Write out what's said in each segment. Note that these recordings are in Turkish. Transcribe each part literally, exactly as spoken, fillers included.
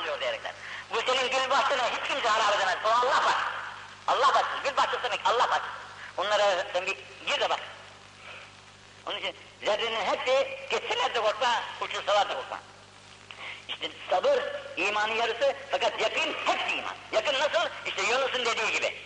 alıyor diyerekten. Bu senin gül bahçene hiç kimse harap edemez. O Allah bak. Allah bak. Gül bahçesi demek Allah bak. Onlara sen bir gir de bak. Onun için zerrenin hepsi geçseler de korkma, uçursalar da korkma. İşte sabır imanın yarısı, fakat yakın hepsi iman. Yakın nasıl? İşte Yunus'un dediği gibi.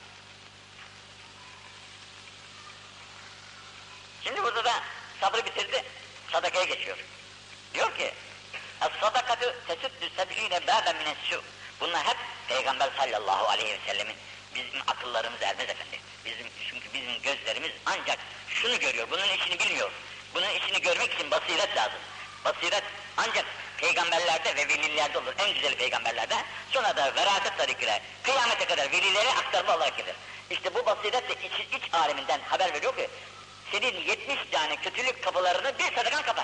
Şimdi burada da sabrı bitirdi, sadakaya geçiyor. Diyor ki, "Es-sadakatü tesüddü seb'ine bâben minessu." Bunlar hep Peygamber sallallahu aleyhi ve sellemin, bizim akıllarımız ermez efendi. Bizim, çünkü bizim gözlerimiz ancak şunu görüyor, bunun işini bilmiyor. Bunun işini görmek için basiret lazım. Basiret ancak peygamberlerde ve velilerde olur, en güzeli peygamberlerde. Sonra da veraset tarikiyle kıyamete kadar velilere aktarma olarak gelir. İşte bu basiret de iç, iç aleminden haber veriyor ki, senin yetmiş tane kötülük kapılarını bir sadakan kapar.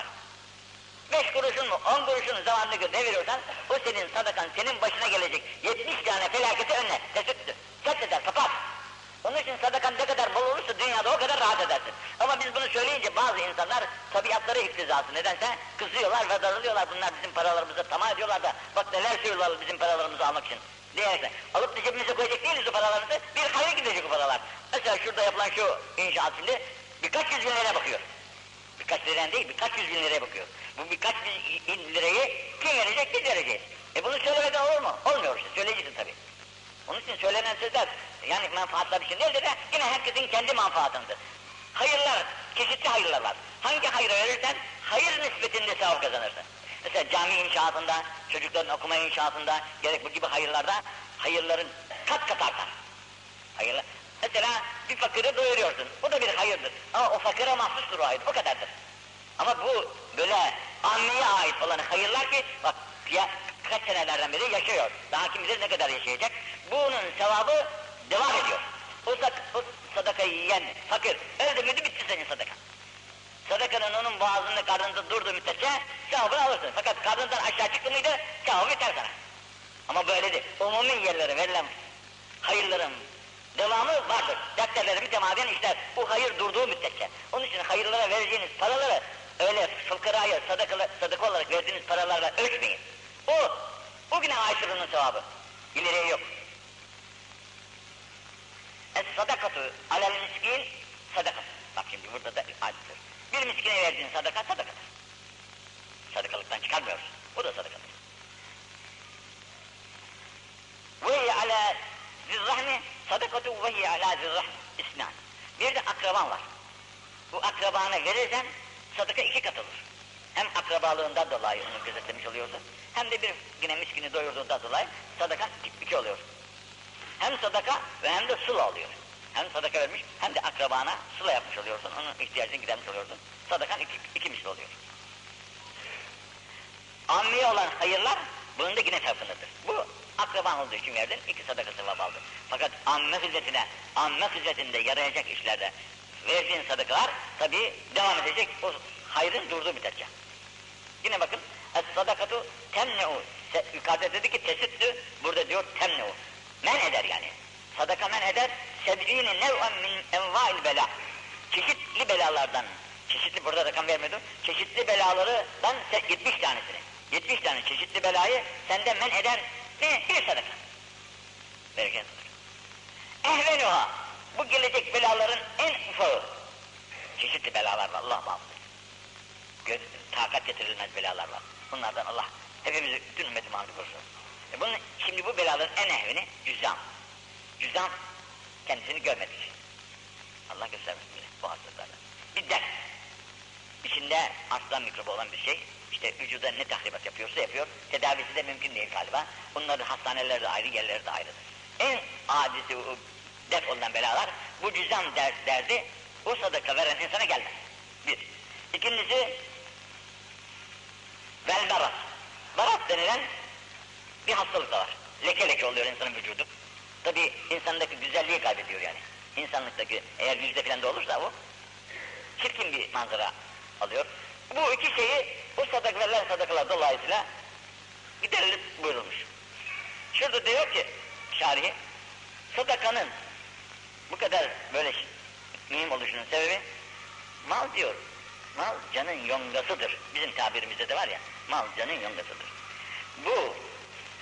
Beş kuruşun mu, on kuruşun zamanını göre ne veriyorsan, o senin sadakan, senin başına gelecek yetmiş tane felaketi önler, tesettür, set eder, kapar. Onun için sadakan ne kadar bol olursa dünyada o kadar rahat edersin. Ama biz bunu söyleyince bazı insanlar tabiatları iktizası nedense kızıyorlar ve darılıyorlar. Bunlar bizim paralarımıza tamah ediyorlar da bak neler söylüyorlar bizim paralarımızı almak için. Diyerekten alıp da cebimize koyacak değiliz o paralarımızı, bir hayır gidecek o paralar. Mesela şurada yapılan şu inşaat şimdi birkaç yüz bin liraya bakıyor. Birkaç liradan değil, birkaç yüz bin liraya bakıyor. Bu birkaç bin lirayı kim verecek, biz vereceğiz. E bunu söylemeden olur mu? Olmuyor işte, söyleyeceksin tabii. Onun için söylenen sözler, yani menfaatlar için değil de yine herkesin kendi menfaatındır. Hayırlar, çeşitli hayırlar var. Hangi hayrı verirsen, hayır nispetinde sevap kazanırsın. Mesela cami inşaatında, çocukların okuma inşaatında, gerek bu gibi hayırlarda, hayırların kat kat artar. Hayırlar. Mesela bir fakiri doyuruyorsun, bu da bir hayırdır. Ama o fakire mahsustur o hayır, o kadardır. Ama bu böyle ammiye ait olan hayırlar ki, bak ya, kaç senelerden beri yaşıyor. Daha kim bilir ne kadar yaşayacak. Bunun sevabı devam ediyor. O, sak, o sadakayı yiyen fakir öldü müydü bitti senin sadakan. Sadakanın onun boğazında, karnında durduğu müddetçe sevabını alırsın. Fakat karnından aşağı çıktı mıydı sevabı biter sana. Ama böyle değil. Umumi yerlere verilen hayırların devamı vardır. Defterleri mütemadiyen işler. Bu hayır durduğu müddetçe. Onun için hayırlara vereceğiniz paraları öyle fıkraya sadaka, sadaka olarak verdiğiniz paralarla ölçmeyin. O, o güne aşırının sevabı. İleriye yok. Es-sadakatu alel miskin sadaka. Bak şimdi burada da adettir. Bir miskine verdiğin sadaka sadakadır. Sadakalıktan çıkarmıyoruz. Bu da sadakadır. Ve ala zirrahmi sadakatu ve ala zirrahmi isnan. Bir de akraban var. Bu akrabana verirsen sadaka iki kat olur. Hem akrabalığından dolayı onu gözetlemiş oluyorsun, hem de bir yine miskini doyurduğundan dolayı sadakan iki oluyor. Hem sadaka ve hem de sıla oluyor. Hem sadaka vermiş, hem de akrabana sıla yapmış oluyorsun, onun ihtiyacını gidermiş oluyorsun. Sadakan iki, iki misli oluyor. Ammiye olan hayırlar, bunun da yine farkındadır. Bu akraban olduğu için verdin, iki sadaka sevabı aldın. Fakat amme hizmetine, amme hizmetinde yarayacak işlerde verdiğin sadakalar tabii devam edecek, o hayrın durduğu müddetçe. Yine bakın, es-sadakatu temne'u, yukarıda dedi ki tesüttü, burada diyor temne'u, men eder yani. Sadaka men eder, seb'ine nev'en min enva'il bela, çeşitli belalardan, çeşitli burada rakam vermedim, çeşitli belalardan yetmiş tanesini, yetmiş tane çeşitli belayı senden men eder, ne? Bir sadaka. Bereket sadaka. Ehvenuha, bu gelecek belaların en ufağı, çeşitli belalar var, Allah muhafaza. Göz, takat getirilmez belalar var. Bunlardan Allah hepimizi, bütün ümmeti Muhammed'i korusun. E bunun, şimdi bu belaların en ehveni cüzzam. Cüzzam kendisini görmedik. Allah göstermesin bile bu hastalıklarla. Bir dert. İçinde aslan mikrobu olan bir şey, işte vücuda ne tahribat yapıyorsa yapıyor, tedavisi de mümkün değil galiba. Bunların hastaneleri de ayrı, yerleri de ayrıdır. En adisi o dert olan belalar, bu cüzzam der, derdi, o sadaka veren insana gelmez. Bir. İkincisi, vel barat. Barat denilen bir hastalık da var. Leke leke oluyor insanın vücudu. Tabi insandaki güzelliği kaybediyor yani. İnsanlıktaki eğer yüzde falan da olursa o çirkin bir manzara alıyor. Bu iki şeyi o sadak verilen sadakalar dolayısıyla giderilip buyurulmuş. Şurada diyor ki şarihi, sadakanın bu kadar böyle mühim oluşunun sebebi, mal diyor, mal canın yongasıdır. Bizim tabirimizde de var ya, mal canın yongasıdır. Bu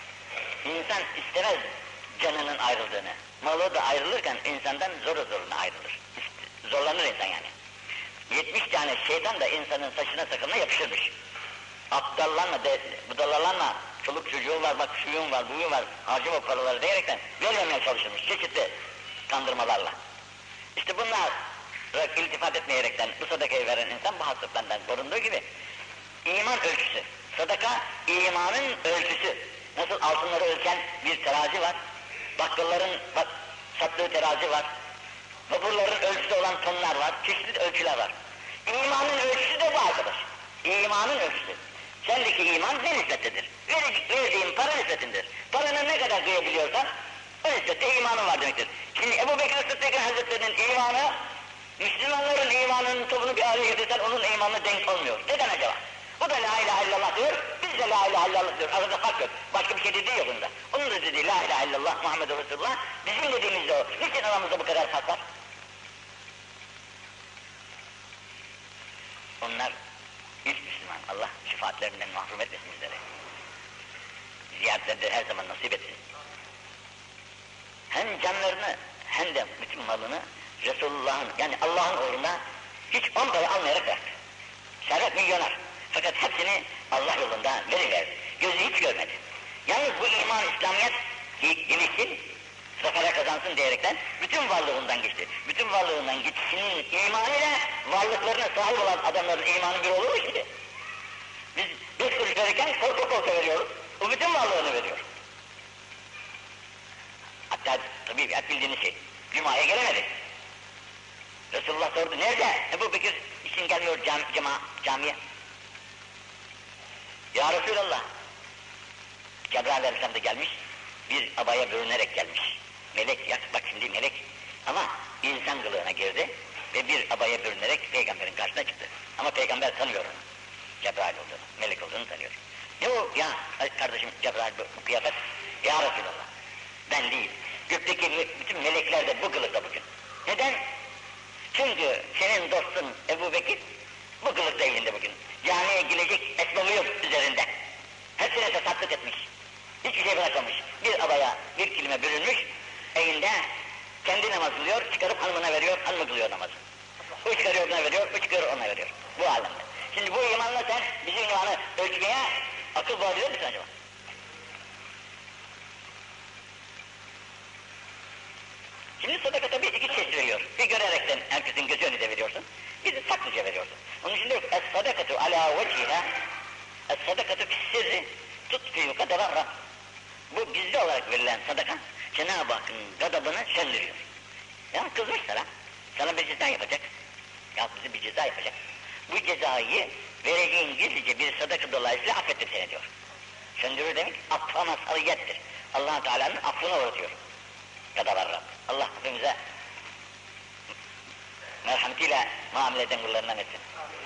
İnsan istemez canının ayrıldığını. Malı da ayrılırken insandan zor zoruna ayrılır. Zorlanır insan yani. yetmiş tane şeytan da insanın saçına sakalına yapışırmış. Aptallanma, de, budalalanma, çoluk çocuğu var, bak şuyun var, buyun var, harcama paraları diyerekten vermemeye çalışılmış çeşitli kandırmalarla. İşte bunlar iltifat etmeyerekten bu sadakayı veren insan bu hastalıklardan korunduğu gibi iman ölçüsü, sadaka imanın ölçüsü. Nasıl altınları ölçen bir terazi var, bakkalların bak, sattığı terazi var, vapurların ölçüsü olan tonlar var, çeşitli ölçüler var. İmanın ölçüsü de bu arkadaş. İmanın ölçüsü. Sendeki iman ne nispettedir? Verdiğin para nispetindir. Paranın ne kadar kıyabiliyorsan o nispette imanın var demektir. Şimdi Ebu Bekir Sıddık Hazretleri'nin imanı, Müslümanların imanının topunu bir araya getirsen onun imanına denk olmuyor. Neden acaba? O da la ilahe illallah diyor, biz de la ilahe illallah diyor. Arada fark yok. Başka bir şey dediği yok bunda. Onun da dediği la ilahe illallah Muhammed Resulullah, bizim dediğimiz de o. Niçin aramızda bu kadar fark var? Onlar ilk Müslüman. Allah şefaatlerinden mahrum etmesin bizleri. Ziyaretlerinde her zaman nasip etsin. Hem canlarını hem de bütün malını Resulullah'ın yani Allah'ın uğruna hiç on para almayarak verdi. Servet milyoner. Fakat hepsini Allah yolunda veriverdi. Gözü hiç görmedi. Yalnız bu iman, İslamiyet gelişsin, zafere kazansın diyerekten bütün varlığından geçti. Bütün varlığından geçişinin imanıyla varlıklarına sahip olan adamların imanı bir olur mu şimdi? Biz beş kuruş verirken korku korku veriyoruz. O bütün varlığını veriyor. Hatta tabii bildiğiniz şey, Cuma'ya gelemedi. Resulullah sordu, nerede? Ebu Bekir için gelmiyor cam, cama, camiye. Ya Resulallah, Cebrail Aleyhisselam da gelmiş, bir abaya bürünerek gelmiş. Melek, ya bak şimdi melek ama insan kılığına girdi ve bir abaya bürünerek peygamberin karşısına çıktı. Ama peygamber tanıyor onu, Cebrail olduğunu, melek olduğunu tanıyor. Ne o ya kardeşim Cebrail bu, bu kıyafet? Ya Resulallah, ben değil. Gökteki bütün melekler de bu kılıkta bugün. Neden? Çünkü senin dostun Ebu Bekir bu kılıkta elinde bugün. Camiye girecek esbabı yok üzerinde. Hepsine tasattık etmiş. Hiçbir şey bırakmamış. Bir abaya bir kelime bürünmüş, elinde kendi namaz kılıyor, çıkarıp hanımına veriyor, hanımı kılıyor namazı. O çıkarıyor ona veriyor, o çıkarıyor ona veriyor. Bu alemde. Şimdi bu imanla sen bizim imanı ölçmeye akıl bağlıyor musun acaba? Şimdi sadaka tabii iki çeşit veriyor. Bir görerekten herkesin gözü önünde veriyorsun, bir de saklıca veriyorsun. Onun için diyor ki, es-sadakatu ala veciha, es-sadakatu fissirri, tutfiyu kadevarra. Bu gizli olarak verilen sadaka, Cenab-ı Hakk'ın gadabını söndürüyor. Ya kızmış sana, sana bir ceza yapacak. Ya bize bir ceza yapacak. Bu cezayı vereceğin gizlice bir sadaka dolayısıyla affettim seni diyor. Söndürür demek, affa mazhariyettir. Allah-u Teala'nın affına uğratıyor. Kadavarra. Allah hepimize merhametiyle muamele eden kullarından etsin.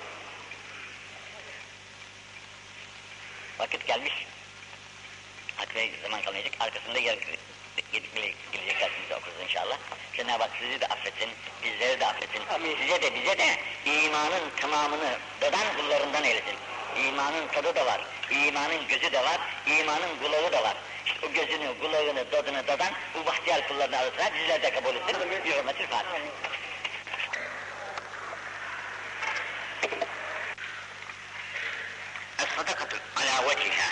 Vakit gelmiş. Hakikaten zaman kalmayacak. Arkasında yer gelecek dersimizi okuruz inşallah. Cenab-ı Hak sizi de affetsin, bizleri de affetsin. Amin. Size de bize de imanın tamamını dadan kullarından eylesin. İmanın tadı da var, imanın gözü de var, imanın kulağı da var. İşte o gözünü, kulağını, tadını dadan bu bahtiyar kulların arasına bizler de kabul etsin. Bir hürmet-i Fatiha. Es-sadakatu ala veciha.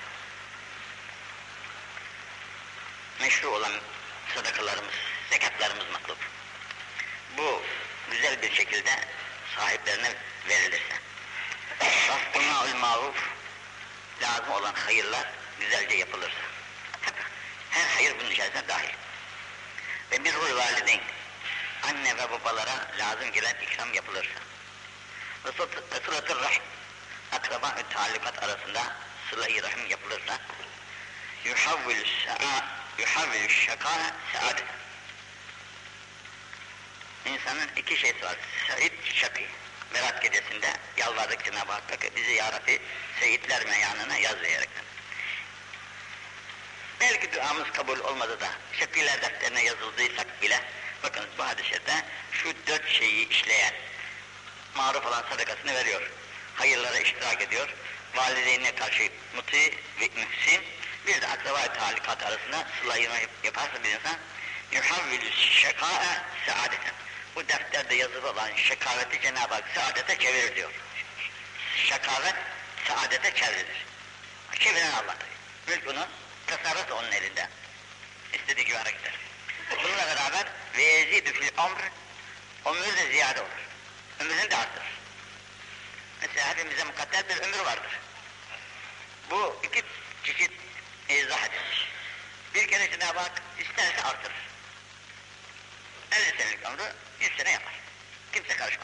Meşru olan sadakalarımız, zekatlarımız matlub. Bu güzel bir şekilde sahiplerine verilirse. Vasfınaul maruf, lazım olan hayırlar güzelce yapılırsa. Her hayır bunun içerisine dahil. Ve birrul valideyn, anne ve babalara lazım gelen ikram yapılırsa. Ve sılat-ı rahim, akraba-ı taallukat arasında sıla-i rahim yapılırsa. Yuhavvil sa'a, yuhavvil şaka saadet. İnsanın iki şeysi var, Said Şakî. Berat gecesinde yalvardık Cenab-ı Hakk'a ki bizi ya Rabbi seyitler meyanına yaz diyerekten. Belki duamız kabul olmadı da şakîler defterine yazıldıysak bile bakın bu hadisede şu dört şeyi işleyen maruf olan sadakasını veriyor. Hayırlara iştirak ediyor. Valideynine karşı muti ve mühsin, bir de akraba akraba-i talikat arasında sıla-i yaparsa bir insan yuhavvilü şekâe saadeten. Bu defterde yazılı olan şekaveti Cenab-ı Hak saadete çevirir diyor. Şekavet saadete çevrilir. Çeviren Allah'tır. Mülk bunun, tasarruf onun elinde. İstediği gibi hareket eder. Bununla beraber ve yezîdü fil ömr, ömür de ziyade olur. Ömrünü de artırır. Mesela hepimize mukadder bir ömür vardır. Bu iki çeşit izah edilmiş. Bir kere Cenab-ı Hak isterse artırır. elli senelik ömrü yüz sene yapar. Kimse karışmaz.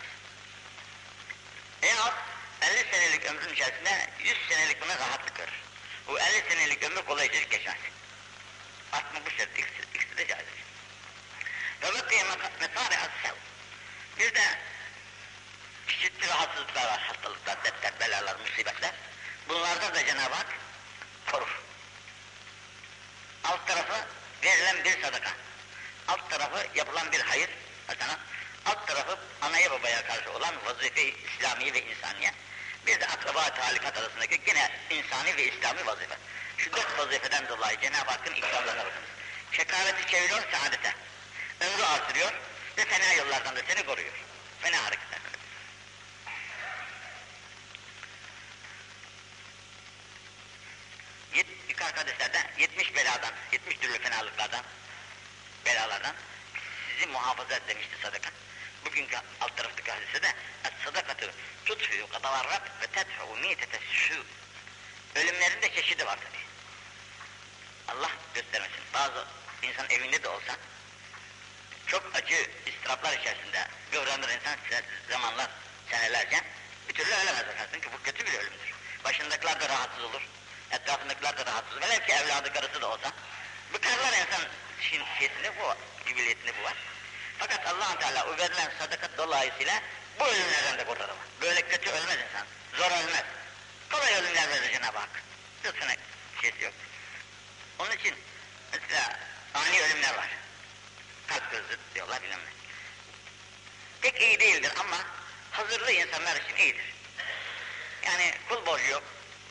Eğer elli senelik ömrün içerisinde yüz senelik buna rahatlık verir. Bu elli senelik ömür kolayca geçmez. Aslında bu şart ikisi, ikisi de caizdir. Ve bakıya mesâre as-sev. Bir de çeşitli rahatsızlıklar var, hastalıklar, dertler, belalar, musibetler. Bunlardan da Cenab-ı Hak korur. Alt tarafı verilen bir sadaka. Alt tarafı yapılan bir hayır, mesela alt tarafı anaya babaya karşı olan vazife-i İslami ve insaniye. Bir de akraba talikat arasındaki yine insani ve İslami vazife. Şu dört vazifeden dolayı Cenab-ı Hakk'ın ikramlarına bakınız. Şekaveti çeviriyor saadete. Ömrü artırıyor ve fena yollardan da seni koruyor. Fena hareketler. Yukarı hadislerde yetmiş beladan, yetmiş türlü fenalıklardan, belalardan sizi muhafaza et demişti sadaka. Bugünkü alt taraftaki hadise de sadakatı tutfiyu kadavarrat ve tedhu mitete-s-sû. Ölümlerin de çeşidi var tabi. Allah göstermesin. Bazı insan evinde de olsa çok acı istiraplar içerisinde kıvranır insan zamanlar, senelerce bir türlü ölemez efendim ki bu kötü bir ölümdür. Başındakiler de rahatsız olur, etrafındakiler de rahatsız olur. Velev ki evladı karısı da olsa bıkarlar insan şinsiyetini bu, cibiliyetini bu var. Fakat Allah-u Teala o verilen sadakat dolayısıyla bu ölümlerden de kurtarır. Böyle kötü ölmez insan, zor ölmez. Kolay ölümler verir Cenab-ı Hak. Lütfuna şeysi yok. Onun için mesela ani ölümler var. Kalp krizi diyorlar bilmem ne. Pek iyi değildir ama hazırlı insanlar için iyidir. Yani kul borcu yok,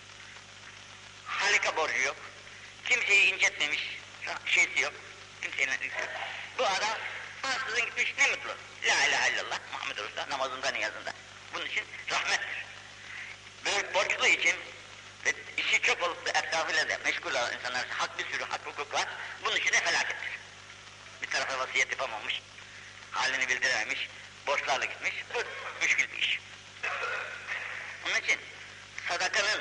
halika borcu yok, kimseyi incitmemiş, şeysi yok, kimsenin yok. Bu adam ansızın gitmiş ne mutlu. La ilahe illallah Muhammed Resulullah namazında niyazında. Bunun için rahmettir. Böyle borçlu için ve işi çok olup da etrafıyla da meşgul olan insanlar hak bir sürü hak hukuk var. Bunun için de felakettir. Bir tarafa vasiyet yapamamış, halini bildirememiş, borçlarla gitmiş. Bu müşkül bir iş. Onun için sadakanın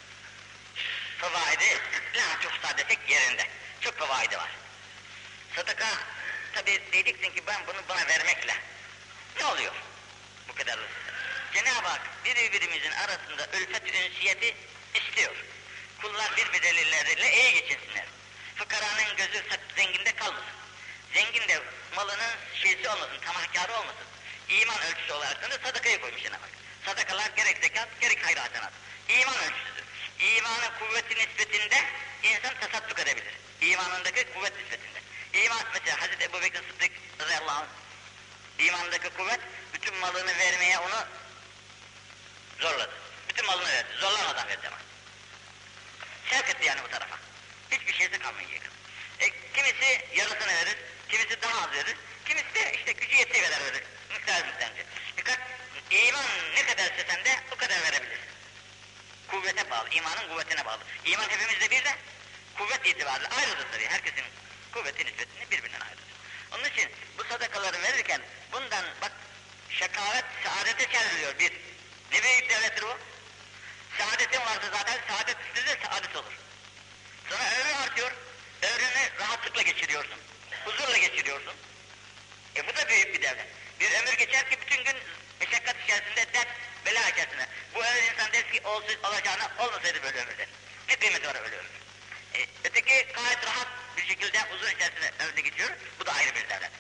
fevaidi la çok sadece yerinde. Çok fevaidi var. Sadaka tabi diyeceksin ki ben bunu bana vermekle ne oluyor? Bu kadar. Cenab-ı Hak birbirimizin arasında ülfet ünsiyeti istiyor. Kullar birbirleriyle iyi geçinsinler. Fıkaranın gözü zenginde kalmasın. Zengin de malının şeysi olmasın, tamahkârı olmasın. İman ölçüsü olarak da sadakayı koymuş Cenab-ı Hak. Sadakalar gerek zekat, gerek hayır hasenat. İman ölçüsüdür. İmanın kuvveti nispetinde insan tasadduk edebilir. İmanındaki kuvvet nispetinde. İman mesela Hazreti Ebubekir Sıddık radıyallahu anh İmanındaki kuvvet bütün malını vermeye onu zorladı. Bütün malını verdi. Zorlamadan verdi ama. Sevk etti yani bu tarafa. Hiçbir şeyse kalmayacak. E, kimisi yarısını verir, kimisi daha az verir, kimisi de işte gücü yettiği kadar verir. Miktar miktarınca. Fakat iman ne kadarsa sende o kadar verebilirsin. Kuvvete bağlı, imanın kuvvetine bağlı. İman hepimizde bir de kuvvet itibariyle ayrıdır tabii. Herkesin kuvveti nispetinde birbirinden ayrıdır. Onun için bu sadakaları verirken bundan bak şekavet saadete çevriliyor bir. Ne büyük devlettir bu? Saadetin varsa zaten saadet üstünde saadet olur. Sonra ömrün artıyor, ömrünü rahatlıkla geçiriyorsun, huzurla geçiriyorsun. E bu da büyük bir devlet. Bir ömür geçer ki bütün gün meşakkat içerisinde, dert, bela içerisinde. Bu ömür insan der ki olsun, olacağına olmasaydı böyle ömürden. Ne kıymeti var öyle ömür. E, öteki gayet rahat bir şekilde huzur içerisinde ömrünü geçiyor, bu da ayrı bir devlet.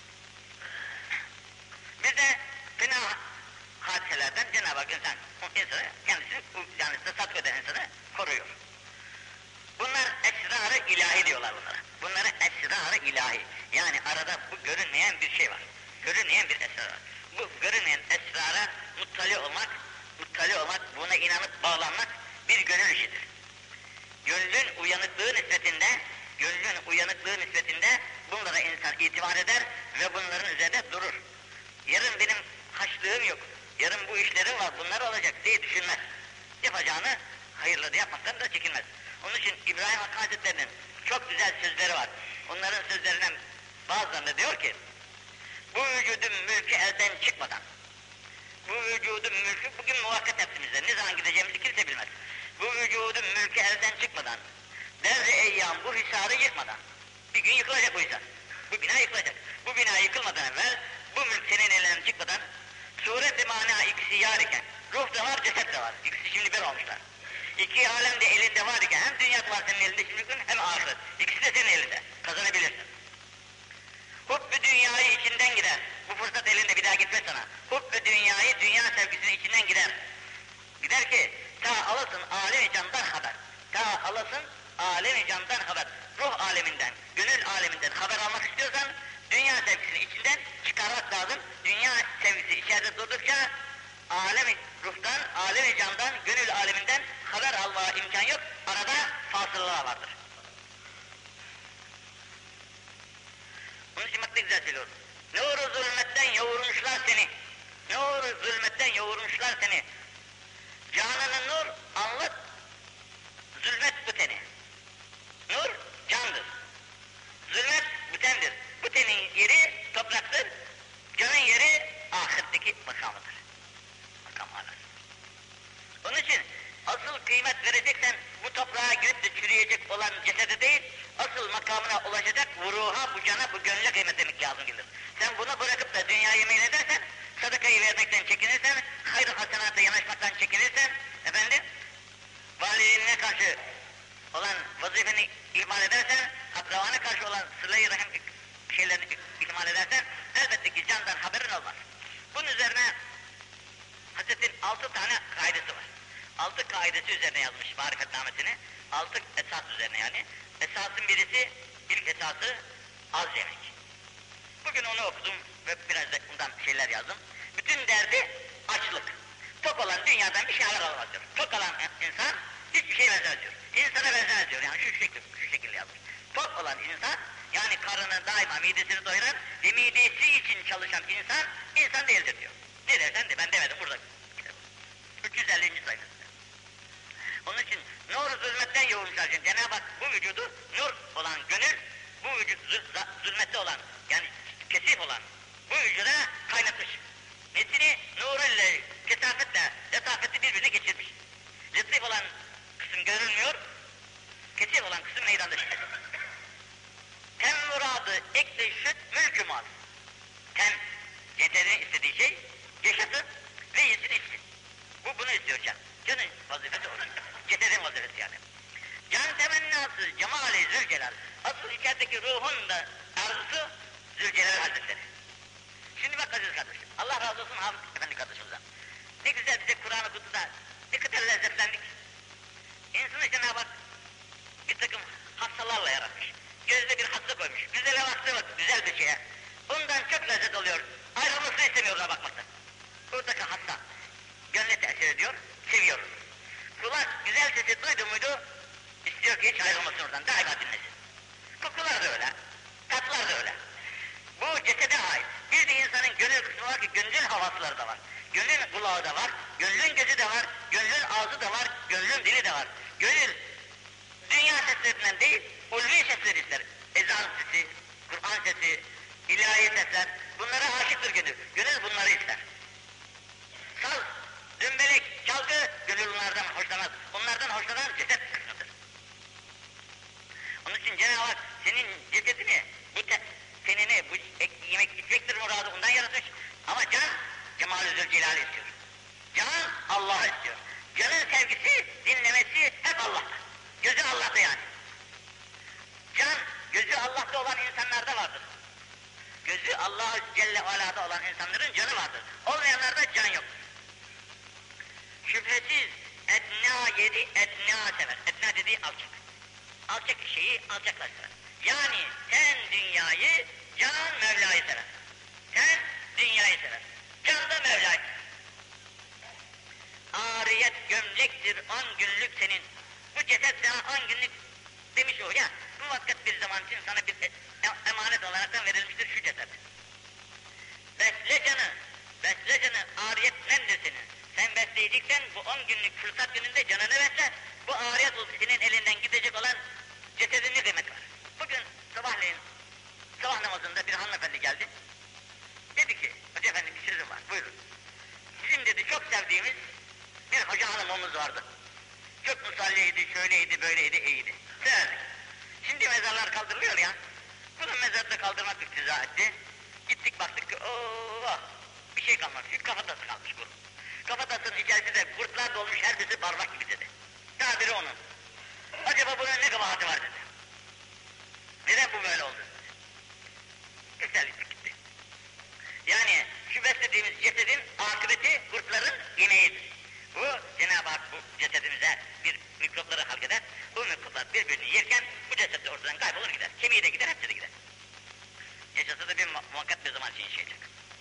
Bir de fena hadiselerden Cenab-ı Hak insan, insanı, kendisini, yani tasavvuf eden insanı koruyor. Bunlar esrar-ı ilahi diyorlar bunlara. Bunlara esrar-ı ilahi. Yani arada bu görünmeyen bir şey var. Görünmeyen bir esrar var. Bu görünmeyen esrara muttali olmak, muttali olmak, buna inanıp bağlanmak bir gönül işidir. Gönlün uyanıklığı nispetinde, gönlün uyanıklığı nispetinde bunlara insan itibar eder ve bunların üzerinde durur. Yarın benim haçlığım yok, yarın bu işlerim var, bunlar olacak diye düşünmez. Yapacağını hayırlı da yapmaktan da çekinmez. Onun için İbrahim Hakkı Hazretleri'nin çok güzel sözleri var. Onların sözlerinden bazılarında diyor ki, bu vücudun mülkü elden çıkmadan, bu vücudun mülkü bugün muvakkat hepsimizde, ne zaman gideceğimizi kimse bilmez. Bu vücudun mülkü elden çıkmadan, derdi eyyam bu hisarı yıkmadan, bir gün yıkılacak bu hisar, bu bina yıkılacak. Bu bina yıkılmadan evvel, bu mülk senin elinden çıkmadan, suret-i mana ikisi yar iken, ruh da var, ceset de var, ikisi şimdi bir olmuşlar. İki alem de elinde var iken, hem dünya var senin elinde şimdi gün, hem ahiret, ikisi de senin elinde, kazanabilirsin. Hubb-ı dünyayı içinden gider, bu fırsat elinde bir daha gitmez sana. Hubb-ı dünyayı, dünya sevgisinin içinden gider. Gider ki, ta alasın alem-i candan haber, ta alasın alem-i candan haber, ruh aleminden, gönül aleminden haber almak istiyorsan, dünya sevgisinin içinden çıkarmak lazım. Dünya sevgisi içeride durdukça, alem-i ruhtan, alem-i candan, gönül aleminden haber almaya imkan yok, arada fasılalar vardır. Onun için bak ne güzel söylüyor. Nur-u zulmetten yoğurmuşlar seni, nur-u zulmetten yoğurmuşlar seni. Cananı nur, anlat, zulmet büteni. Nur, candır. Zulmet bütendir. Bütenin yeri topraktır, canın yeri ahiretteki makamıdır. Makam alası. Onun için asıl kıymet vereceksen bu toprağa girip de çürüyecek olan cesedi değil, asıl makamına ulaşacak bu ruha, bu cana, bu gönle kıymet demek lazım gelir. Sen bunu bırakıp da dünyayı meyledersen, sadakayı vermekten çekinirsen, hayır hasenata yanaşmaktan çekinirsen, efendim, valiliğine karşı olan vazifeni ihmal edersen, akrabana karşı olan sıla-i rahim şeylerini ihmal edersen, elbette ki candan haberin olmaz. Bunun üzerine Hazretin altı tane kaidesi var. Altı kaidesi üzerine yazmış marifetnamesini, altı esas üzerine yani. Esasın birisi, ilk esası az yemek. Bugün onu okudum ve biraz da bundan şeyler yazdım. Bütün derdi açlık. Tok olan dünyadan bir şeyler alamaz diyor. Tok olan insan hiçbir şey benzemez diyor. İnsana benzemez diyor. Yani şu şekilde, şu şekilde yazmış. Tok olan insan, yani karnını daima midesini doyuran ve midesi için çalışan insan, insan değildir diyor. Ne dersen de ben demedim burada. üç yüz ellinci sayfasında. Onun için nur-u zulmetten yoğurmuşlar için Cenab-ı Hak bu vücudu nur olan gönül, bu vücut zulmette olan, yani kesif olan bu vücuda kaynatmış. Nesini nuruyla, kesafetle, letafeti birbirine geçirmiş. Latif olan kısım görülmüyor, kesif olan kısım meydanda çıkıyor. Tem muradı ekli şüt mülkü mal. Tem, cesedin istediği şey, yaşasın ve yesin içsin. Bu bunu istiyor can. Canın vazifesi olur. Cesedin vazifesi yani. Can temennası cemali Zülcelal. Asıl içerideki ruhun da arzusu Zülcelal Hazretleri. Şimdi bak aziz kardeşim, Allah razı olsun Hafız Efendi kardeşimizden. Ne güzel bize Kur'an-ı Kutu'da ne kadar lezzetlendik. İnsanı Cenab-ı Hak bir takım hastalarla yaratmış. Gözde bir hasta koymuş. Güzele baktığı vakit güzel bir şeye. Bundan çok lezzet oluyor. Ayrılmasını istemiyor ona bakmaktan. Buradaki hasta gönle tesir ediyor, seviyoruz. Kulak güzel sesi duydu muydu, istiyor ki hiç ayrılmasın oradan, daima dinlesin. Kokular da öyle, tatlar da öyle. Bu cesede ait. Bir de insanın gönül kısmı var ki gönlün havasları da var. Gönlün kulağı da var, gönlün gözü de var, gönlün ağzı da var, gönlün dili de var. Gönül dünya seslerinden değil, ulvi sesleri ister. Ezan sesi, Kur'an sesi, ilahi sesler, bunlara aşıktır gönül. Gönül bunları ister. Saz, dümbelek, çalgı, gönül onlardan hoşlanmaz. Onlardan hoşlanan ceset kısmıdır. Onun için Cenab-ı Hak senin cesedini, bu te, tenini, bu ek, yemek içmektir muradı, ondan yaratmış. Ama can, Cemal-i Zülcelal'i istiyor. Can, Allah'ı istiyor. Canın sevgisi, dinlemesi hep Allah'ta. Gözü Allah'ta yani. Can, gözü Allah'ta olan insanlarda vardır. Gözü Allah Celle ve Ala'da olan insanların canı vardır. Olmayanlarda can yok. Şüphesiz etna yedi etna sever. Etna dediği alçak. Alçak şeyi alçaklar sever. Yani sen dünyayı, can Mevla'yı sever. Sen dünyayı sever. Can da Mevla'yı sever. Ariyet gömlektir on günlük senin. Bu Bu ceset sana on günlük demiş o ya, muvakkat bir zaman için sana bir emanet olaraktan verilmiştir şu ceset. Besle canı, besle canı, ariyetlendir seni. Sen besleyeceksen bu on günlük fırsat gününde canını besle. Bu ariyet senin elinden gidecek olan cesedin ne demek var? Bugün sabahleyin, sabah namazında bir hanımefendi geldi. Dedi ki, Hoca efendi bir sözüm var, buyurun. Sizin dedi çok sevdiğimiz bir hoca hanımımız vardı. Çok musalliydi, şöyleydi, böyleydi, iyiydi. Severdik. Şimdi mezarlar kaldırılıyor ya. Bunun mezarda kaldırmak iktiza etti. Gittik baktık ki ooo bir şey kalmamış. Çünkü kafatası kalmış bunun. Kafatasının içerisinde kurtlar dolmuş, her birisi parmak gibi dedi. Tabiri onun. Acaba bunun ne kabahati var dedi. Neden bu böyle oldu? Teselli gitti. Yani şu beslediğimiz cesedin akıbeti kurtların yemeğidir. Bu Cenab-ı Hak bu cesedimize bir mikropları halk eder. Bu mikroplar birbirini yerken bu ceset de ortadan kaybolur gider. Kemiği de gider, hepsi de gider. Yaşasa da bir muhakkak bir zaman için yaşayacak.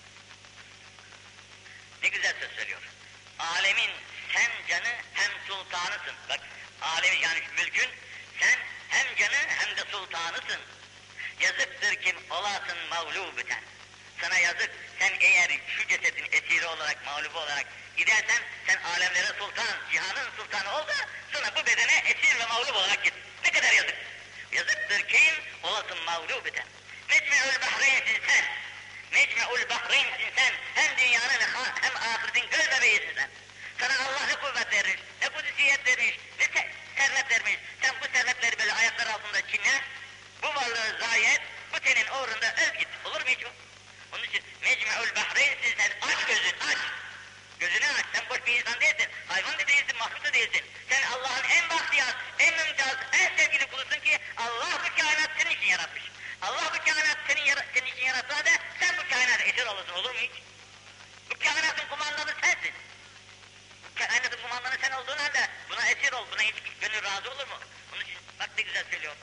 Ne güzel söz söylüyor. Alemin sen canı hem sultanısın. Bak alemin yani şu mülkün sen hem canı hem de sultanısın. Yazıktır kim olasın mağlubüten. Sana yazık, sen eğer şu cesedin esiri olarak, mağlubu olarak gidersen, sen alemlere sultan, cihanın sultanı ol da sonra bu bedene esir ve mağlub olarak git. Ne kadar yazık. Yazıktır kim olasın mağlubüten. Mecme'ül bahreynsin sen. Mecme'ül bahreynsin sen. Hem dünyanın hem ahiretin göz bebeğisin sen. Sana Allah ne kuvvet vermiş, ne kudüsiyet vermiş, ne servet vermiş. Sen bu servetleri böyle ayaklar altında çiğne, bu varlığı zayi et, bu senin uğrunda öl git. Olur mu hiç bu? Onun için Mecme'ül bahreynsin sen. Aç gözün, aç. Gözünü aç. Sen boş bir insan değilsin. Hayvan da değilsin, mahluk da değilsin. Sen Allah'ın en bahtiyar, en mümtaz, en sevgili kulusun ki Allah bu kainat senin için yaratmış. Allah bu kainat senin, senin için yaratsa da sen bu kainata esir olursun, olur mu hiç? Bu kainatın kumandanı sensin. Bu kainatın kumandanı sen olduğun halde buna esir ol, buna hiç gönül razı olur mu? Onun için bak ne güzel söylüyor.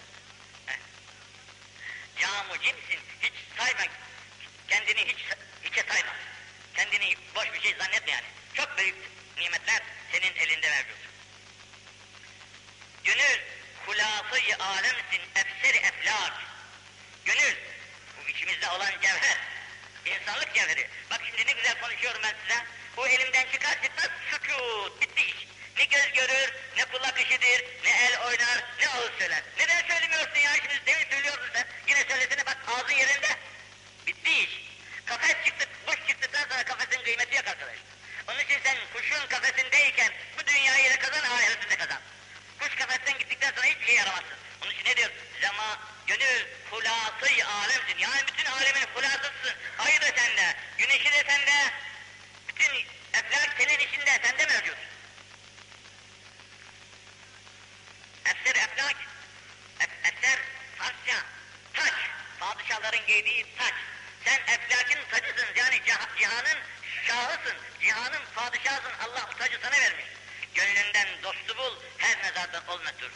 Camu cimsin, hiç sayma, kendini hiç hiçe sayma. Kendini boş bir şey zannetme yani. Çok büyük nimetler senin elinde mevcut. Gönül, hulası-i alemsin, efseri eflak. Gönül, bu içimizde olan cevher, insanlık cevheri. Bak şimdi ne güzel konuşuyorum ben size. Bu elimden çıkar çıkmaz sükût, bitti iş. Ne göz görür, ne kulak işidir, ne el oynar, ne ağız söyler. Neden söylemiyorsun ya? Şimdi demin söylüyorsun sen. Yine söylesene bak ağzın yerinde. Bitti iş. Kafes çıktı, kuş çıktıktan sonra kafesin kıymeti yok arkadaş. Onun için sen kuşun kafesindeyken bu dünyayı da kazan, ahireti de kazan. Kuş kafesten gittikten sonra hiçbir şey yaramazsın. Onun için ne diyor? Zema, gönül, hulası-i alemsin. Yani bütün alemin hulasısın. Ayı da sende, güneşi de sende, bütün eflak senin içinde, sende mevcut. Efser eflak, efser, Farsça, taç, padişahların giydiği taç. Sen eflakin tacısın, yani cihanın şahısın, cihanın padişahısın. Allah bu tacı sana vermiş. Gönlünden dostu bul, her mezardan ol metur.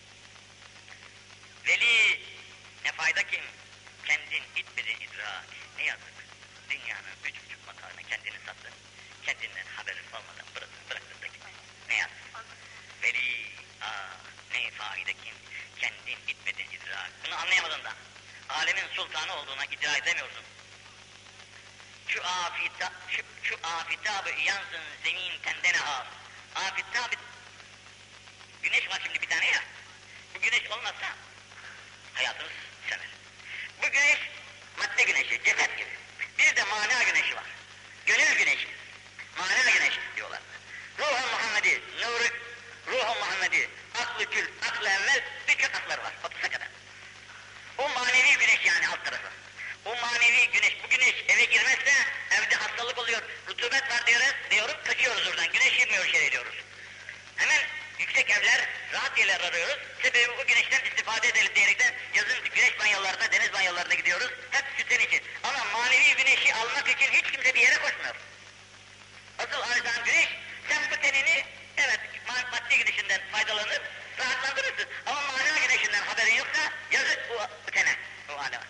Veli, ne fayda kim? Kendin itmedin idrak. Ne yazık? Dünyanın üç buçuk makarına kendini sattın. Kendinden haberin olmadan bıraktın, bıraktın da gittin. Ne yazık? Veli, ah ne fayda kim? Kendin itmedin idrak. Bunu anlayamadın da. Alemin sultanı olduğuna iddia edemiyorsun. Şu afita, şu, şu afitabı yansın zemin tendene ağır. Afitabı, güneş var şimdi bir tane ya. Bu güneş olmazsa hayatımız söner. Bu güneş madde güneşi, ceset gibi. Bir de mana güneşi var. Gönül güneşi. Mana güneşi diyorlar. Ruh-u Muhammedi, nuru, Ruh-u Muhammedi, aklı kül, aklı evvel, birçok akları var, otuza kadar. O manevi güneş yani alt tarafı. O manevi güneş, bu güneş eve girmezse evde hastalık oluyor, rutubet var diyoruz, diyoruz, kaçıyoruz oradan, güneş girmiyor şey diyoruz. Hemen yüksek evler, rahat yerler arıyoruz, sebebi bu güneşten istifade edelim diyerekten yazın güneş banyolarına, deniz banyolarına gidiyoruz, hep sütten için. Ama manevi güneşi almak için hiç kimse bir yere koşmuyor. Asıl arıdan güneş, sen bu tenini, evet madde güneşinden faydalanır, rahatlandırırsın. Ama mana güneşinden haberin yoksa yazık bu, bu tene, bu aleme.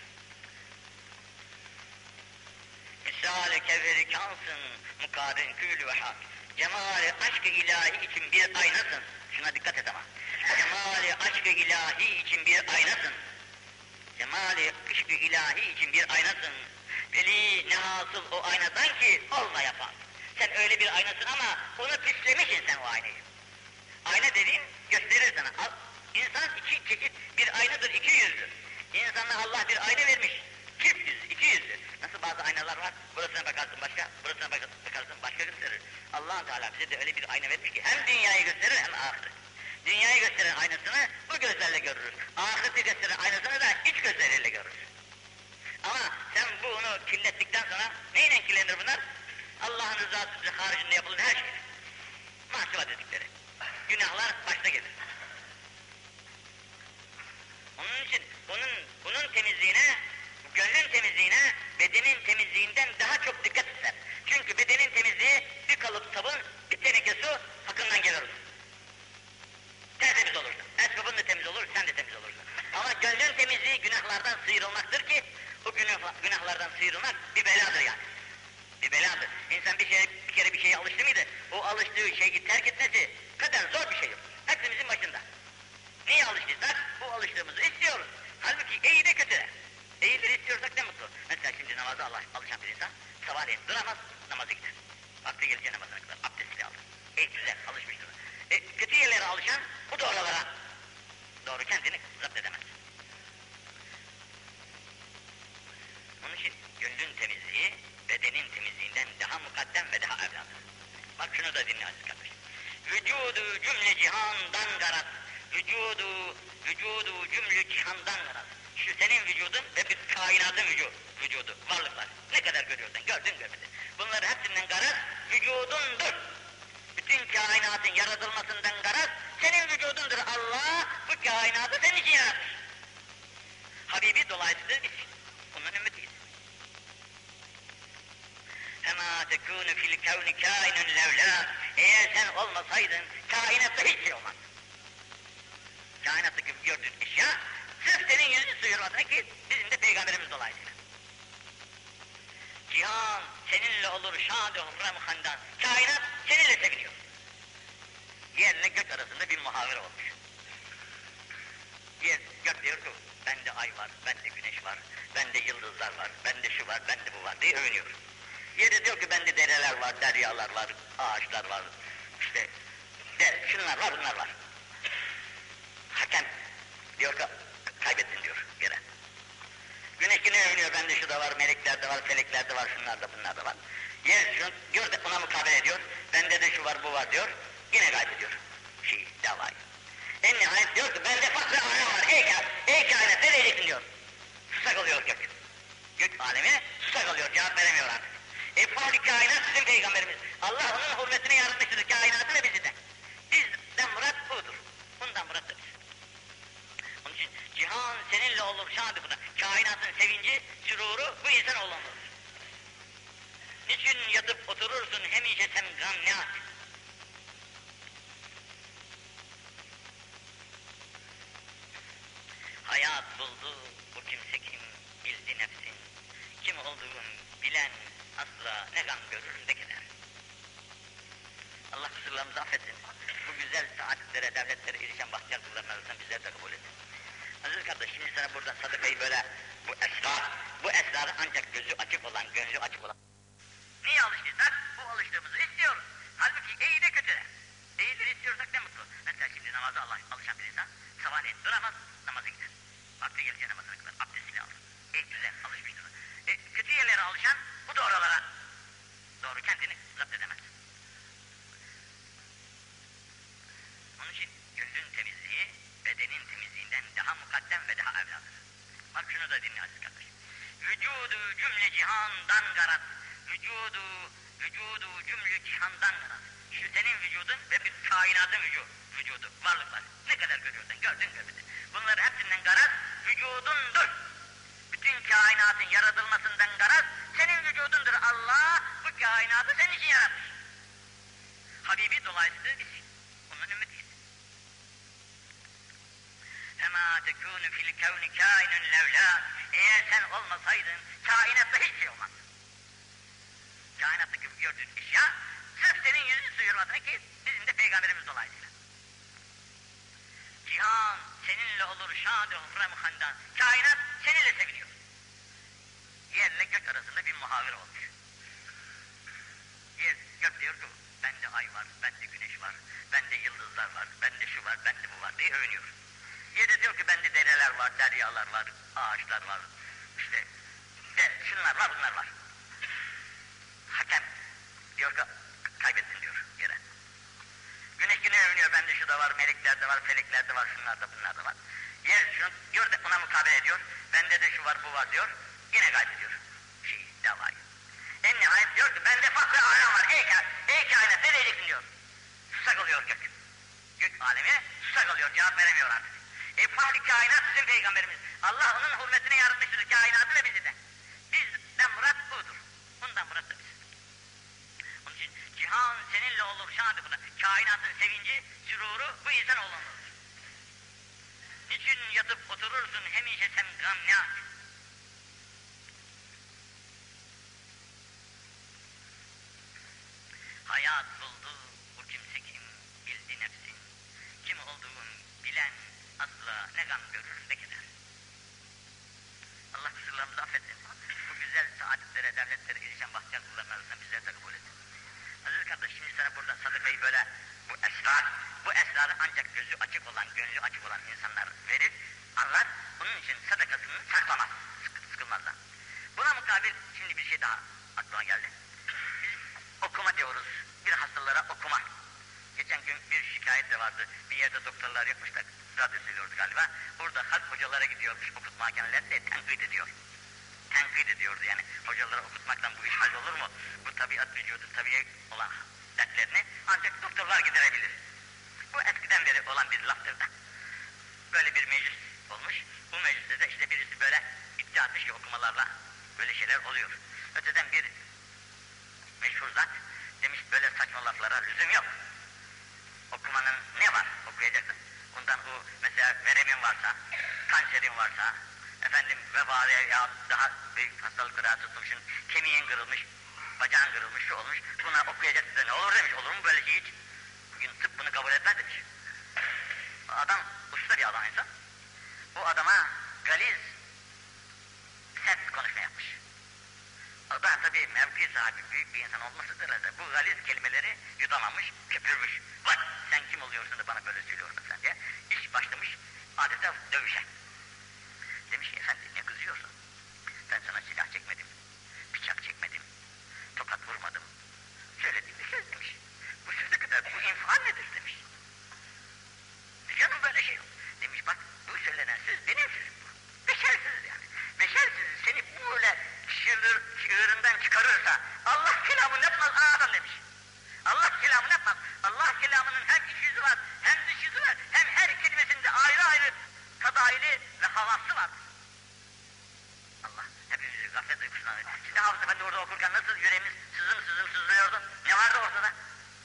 Misal-i kevveri kansın, mukarin külü ve hak. Cemali aşk-ı ilahi için bir aynasın. Şuna dikkat et ama. Cemali aşk-ı ilahi için bir aynasın. Cemali aşk-ı ilahi için bir aynasın. Veli ne hasıl o aynadan ki olma yapan. Sen öyle bir aynasın ama onu pislemişsin sen o aynayı. Ayna dediğin gösterir sana. Al, İnsan iki çeşit bir aynadır, iki yüzdür. İnsana Allah bir ayna vermiş. Çift yüz, iki yüzdür. Nasıl bazı aynalar var, burasına bakarsın başka, burasına bakarsın başka gösterir. Allah Teala bize de öyle bir ayna vermiş ki hem dünyayı gösterir hem ahiret. Dünyayı gösteren aynasını bu gözlerle görürüz. Ahireti gösteren aynasını da iç gözleriyle görürüz. Ama sen bunu kirlettikten sonra neyle kirlenir bunlar? Allah'ın rızası haricinde yapılan her şey. Mahsuba dedikleri. Günahlar başta gelir. Onun için bunun, bunun temizliğine, gönlün temizliğine, bedenin temizliğinden daha çok dikkat ister. Çünkü bedenin temizliği bir kalıp sabun, bir teneke su hakkından gelir. Tertemiz olursun. Esbabın da temiz olur, sen de temiz olursun. Ama gönlün temizliği günahlardan sıyrılmaktır ki, bu günah, günahlardan sıyrılmak bir beladır yani. Bir beladır. İnsan bir, şey, bir kere bir şeye alıştı mıydı, o alıştığı şeyi terk etmesi kadar zor bir şey yok. Hepimizin başında. Neye alıştıysak bu alıştığımızı istiyoruz. Halbuki iyi de kötü de. İyileri istiyorsak ne mutlu. Mesela şimdi namaza alışan bir insan sabahleyin duramaz, namaza gider. Vakti gelince namazına kadar abdestli alır. İyi güzel, alışmıştır. E, kötü yerlere alışan bu da oralara doğru kendini zapt edemez. Onun için gönlün temizliği bedenin temizliğinden daha mukaddem ve daha evladır. Bak şunu da dinle aziz kardeşim. Vücudu cümle cihandan garaz. Vücudu, vücudu cümle cihandan garaz. Şu senin vücudun ve bir kainatın vücudu, vücudu, varlıklar. Ne kadar görüyorsan, gördün görmedin. Bunların hepsinden garaz vücudundur. Bütün kainatın yaratılmasından garaz senin vücudundur. Allah bu kainatı senin için yaratmış. Habibi dolayısıyla biz bunun ümmetiyiz. Fema tekûnü fil kevni kâinun levlâ. Eğer sen olmasaydın kainatta hiç şey olmaz. Kainattaki gördüğün eşya sırf senin yüzünü sıyırmadığına ki bizim de Peygamberimiz dolayısıyla. Cihan seninle olur şad-ı hurram handan. Kainat seninle seviniyor. Yerle gök arasında bir muhavere olmuş. Yer, gök diyor ki bende ay var, bende güneş var, bende yıldızlar var, bende şu var, bende bu var diye övünüyor. Yerde diyor ki bende dereler var, deryalar var, ağaçlar var, işte de, şunlar var, bunlar var. Hakem diyor ki kaybettin diyor yere. Güneş yine övünüyor, bende şu da var, melekler de var, felekler de var, şunlar da bunlar da var. Yer şunu diyor da ona mukabele ediyor, bende de şu var, bu var diyor, yine kaybediyor şeyi, davayı. En nihayet diyor ki bende fakr alem var, ey kainat, ey kainat ne diyeceksin diyor. Susak oluyor gök. Gök alemi susak oluyor, cevap veremiyor artık. E fahri kainat bizim Peygamberimiz. Allah onun hürmetine yaratmıştır kainatı ve bizi de. Bizden murat budur. Bundan murat da biz. Onun için cihan seninle olur şadı buna. Kainatın sevinci, süruru bu insan olunur. Niçin yatıp oturursun hemişe semgam ne at? Hayat buldu bu kimse kim bildi nefsin. Kim olduğun bilen asla ne gam görür ne keder. Allah kusurlarımızı affetsin. Bu güzel saatlere, devletlere erişen bahtiyar kullarının arasından bizleri de kabul etsin. Aziz kardeş, şimdi sana buradan sadakayı böyle, bu esrar, bu esrarı ancak gözü açık olan, gönlü açık olan. Niye alıştıysak, bu alıştığımızı istiyoruz. Halbuki iyi de kötü de. İyileri istiyorsak ne mutlu. Mesela şimdi namaza Allah alışan bir insan, sabahleyin duramaz, namaza gider. Vakti gelince namazına kadar abdestini alır. İyi güzel, alışmıştır. E, kötü yerlere alışan, bu da oralara doğru kendini zapt edemez. Onun için gönlün temizliği, bedenin temizliğinden daha mukaddem ve daha evladır. Bak şunu da dinle aziz kardeşim. Vücudu cümle cihandan garaz. Vücudu, vücudu cümle cihandan garaz. Şu senin vücudun ve bir kainatın vücudu, vücudu, varlıklar. Ne kadar görüyorsan, gördün görmedin. Bunların hepsinden garaz vücudundur. Bütün kainatın yaratılmasından garaz senin vücudundur. Allah bu kainatı senin için yaratmış. Habibi dolayısıyla biz onun ümmetiyiz. Fema tekûnü fil kevni kâinun levlâ. Eğer sen olmasaydın kainatta hiç şey olmaz. Kainattaki gördüğün eşya sırf senin yüzünü sıyırmadığına ki bizim de Peygamberimiz dolayısıyla. Cihan seninle olur şad-ı hurrem handan. Kainat seninle seviniyor. Yerle gök arasında bir muhavere olmuş. Yer, gök diyor ki bende ay var, bende güneş var, bende yıldızlar var, bende şu var, bende bu var diye övünüyor. Yerde diyor ki bende dereler var, deryalar var, ağaçlar var, işte de, şunlar var, bunlar var. Hakem diyor ki kaybettin diyor yere. Güneş yine övünüyor, bende şu da var, melekler de var, felekler de var, şunlar da bunlar da var. Yer şunu diyor da ona mukabele ediyor, bende de şu var, bu var diyor, yine kaybediyor. Şey, davayı. En nihayet diyor ki bende fakr-ı alem var, ey, ka ey kainat ne diyeceksin diyor. Susak oluyor gök. Gök alemi susak oluyor, cevap veremiyor artık. E fahri kainat bizim peygamberimiz. Allah onun hürmetine yaratmıştır kainatı ve bizi de. Bizden murat budur. Bundan murat da biziz. Onun için cihan seninle olur şadı buna. Kainatın sevinci, süruru bu insanoğlundadır. Niçin yatıp oturursun hemişe sen gamnâk? Hayat buldu bu kimse kim bildi nefsin. Kim olduğun bilen asla ne gam görür ne keder. Allah kusurlarımızı affetsin. Bu güzel saadetlere, devletlere girişen bahtiyar kulların arasında bizleri de kabul etsin. Aziz kardeş, şimdi sana burada sadakayı böyle bu esrar, bu esrarı ancak gözü açık olan, gönlü açık olan insanlar verir, anlar. Bunun için sadakasını saklamaz, sık, sıkılmazlar. Buna mukabil şimdi bir şey daha aklıma geldi. Biz okuma diyoruz, bir hastalara okuma. Geçen gün bir şikayet de vardı, bir yerde doktorlar yokmuş da radyo söylüyordu galiba. Burada halk hocalara gidiyormuş okutma kendileri de tenkit ediyor. Tenkit ediyordu yani, hocalara okutmaktan bu iş hallolur mu? Bu tabiat vücudu tabiye olan dertlerini ancak doktorlar giderebilir. Bu eskiden beri olan bir laftır da. Böyle bir meclis olmuş, bu mecliste de işte birisi böyle iddia etmiş ki okumalarla böyle şeyler oluyor. Öteden bir meşhur zat demiş böyle saçma laflara lüzum yok. Okumanın ne var? Okuyacaksın. Bundan bu mesela veremin varsa, kanserin varsa, efendim vebale ya daha büyük hastalıklara tutmuşsun, kemiğin kırılmış, bacağın kırılmış, şu olmuş, buna okuyacaksın da ne olur demiş, olur mu böyle şey hiç? Bugün tıp bunu kabul etmez demiş. Adam usta bir adam insan, bu adama galiz, sert konuşma yapmış. O da tabii mevki sahibi büyük bir insan olmasıdır da bu galiz kelimeleri yutamamış, köpürmüş. Bak sen kim oluyorsun da bana böyle söylüyorsun sen diye. İş başlamış adeta dövüşe. Demiş ki efendi ne kızıyorsun? Ben sana silah çekmedim, bıçak çekmedim, tokat vurmadım. Söylediğim bir söz demiş. Bu söze kadar bu infial nedir demiş. Canım böyle şey yok. Demiş bak bu söylenen söz benim sözüm bu. Beşersiz yani. Beşersiz seni böyle şiir, şiirinden çıkarırsa Allah kelamını yapmaz adam demiş. Allah kelamını yapmaz. Allah kelamının hem iç yüzü var hem dış yüzü var. Hem her kelimesinde ayrı ayrı tadaili ve havası var. Allah hepimizi gaflet uykusuna alır. Şimdi Hafız Efendi orada okurken nasıl yüreğimiz sızım sızım sızlıyordu? Ne vardı ortada?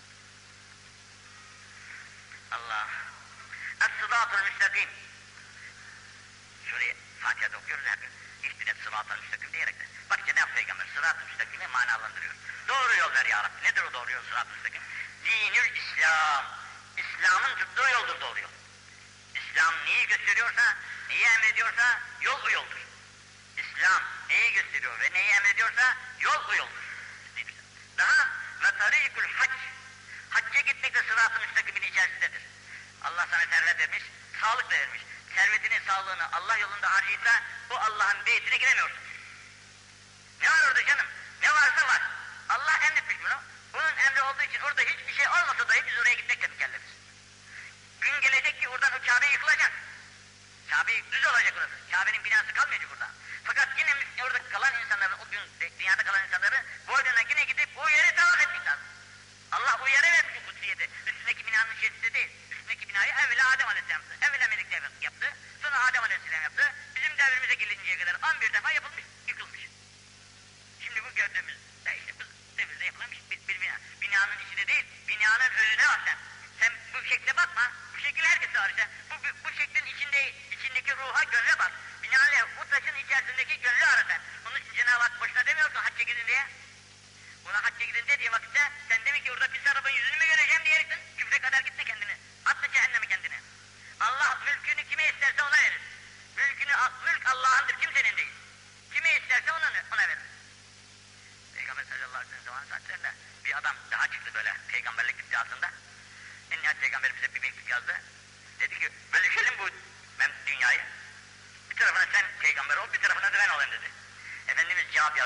Allah. Es-sıdâtul müstakim. Sure-i Fatiha'da okuyoruz ya. İhtinet sırat-ı müstakim diyerek de. Bak işte ne yap Peygamber? Sırat-ı müstakimi manalandırıyor. Doğru yol ver ya Rabbi. Nedir o doğru yol sırat-ı müstakim? Dinül İslam. İslam'ın tuttuğu yoldur doğru yol. İslam neyi gösteriyorsa, neyi emrediyorsa yol bu yoldur. İslam neyi gösteriyor ve neyi emrediyorsa yol bu yoldur. Daha ve tarikul hac. Hacca gitmek de sırat-ı müstakimin içerisindedir. Allah sana servet vermiş, sağlık da vermiş. Servetinin sağlığını Allah yolunda harcayıp da bu Allah'ın beytine giremiyorsun. Ne var orada canım? Ne varsa var. Allah emretmiş bunu. Bunun emri olduğu için orada hiçbir şey olmasa dahi biz oraya gitmekle mükellefiz. Gün gelecek ki oradan o Kabe yıkılacak. Kabe düz olacak orası. Kabe'nin binası kalmayacak orada. Fakat yine orada kalan insanların, o gün dünyada kalan insanları boynuna yine gidip o yere tavaf etmek lazım. Allah o yere vermiş o kutsiyeti. Üstündeki binanın şeddide değil. Üstündeki binayı evvela Adem Aleyhisselam yaptı. Evvela melekler yaptı. Sonra Adem Aleyhisselam yaptı. Bizim devrimize gelinceye kadar on bir defa yapılmış, yıkılmış. Şimdi bu gördüğümüz de işte bu devirde yapılmış bir, bir bina. Binanın içinde değil, binanın önüne bak sen. Sen bu şekle bakma. Bu şekil herkese var işte. Bu, bu, bu şeklin içinde, içindeki ruha, gönle bak. Binaenle bu taşın içerisindeki gönlü ara sen. Onun için Cenab-ı Hak boşuna demiyor ki hacca gidin diye. Buna hacca gidin dediği vakitte sen demek ki orada pis arabanın yüzünü mü göreceğim diyerekten küfre kadar gitme kendini. Atma cehenneme kendini. Allah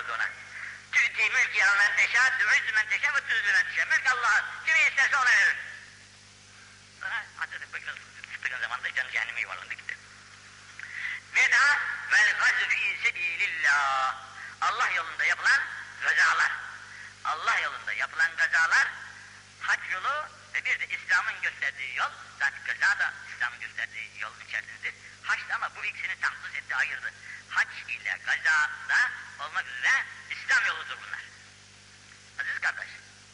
vardı ona. Tü'ti mülki men teşâ, tü'izü men teşâ ve tü'izü men teşâ. Mülk Allah'ın. Kimi isterse ona verir. Sonra Hazreti Bekir Sıddık'ın zamanında canı cehenneme yuvarlandı gitti. Veda vel gazü fî sebîlillah. Allah yolunda yapılan gazalar. Allah yolunda yapılan gazalar hac yolu ve bir de İslam'ın gösterdiği yol. Zaten gaza da İslam'ın gösterdiği yolun içerisindedir. Hac da ama bu ikisini tahsis etti, ayırdı. Hac ile gaza da olmak üzere İslam yoludur bunlar. Aziz kardeş,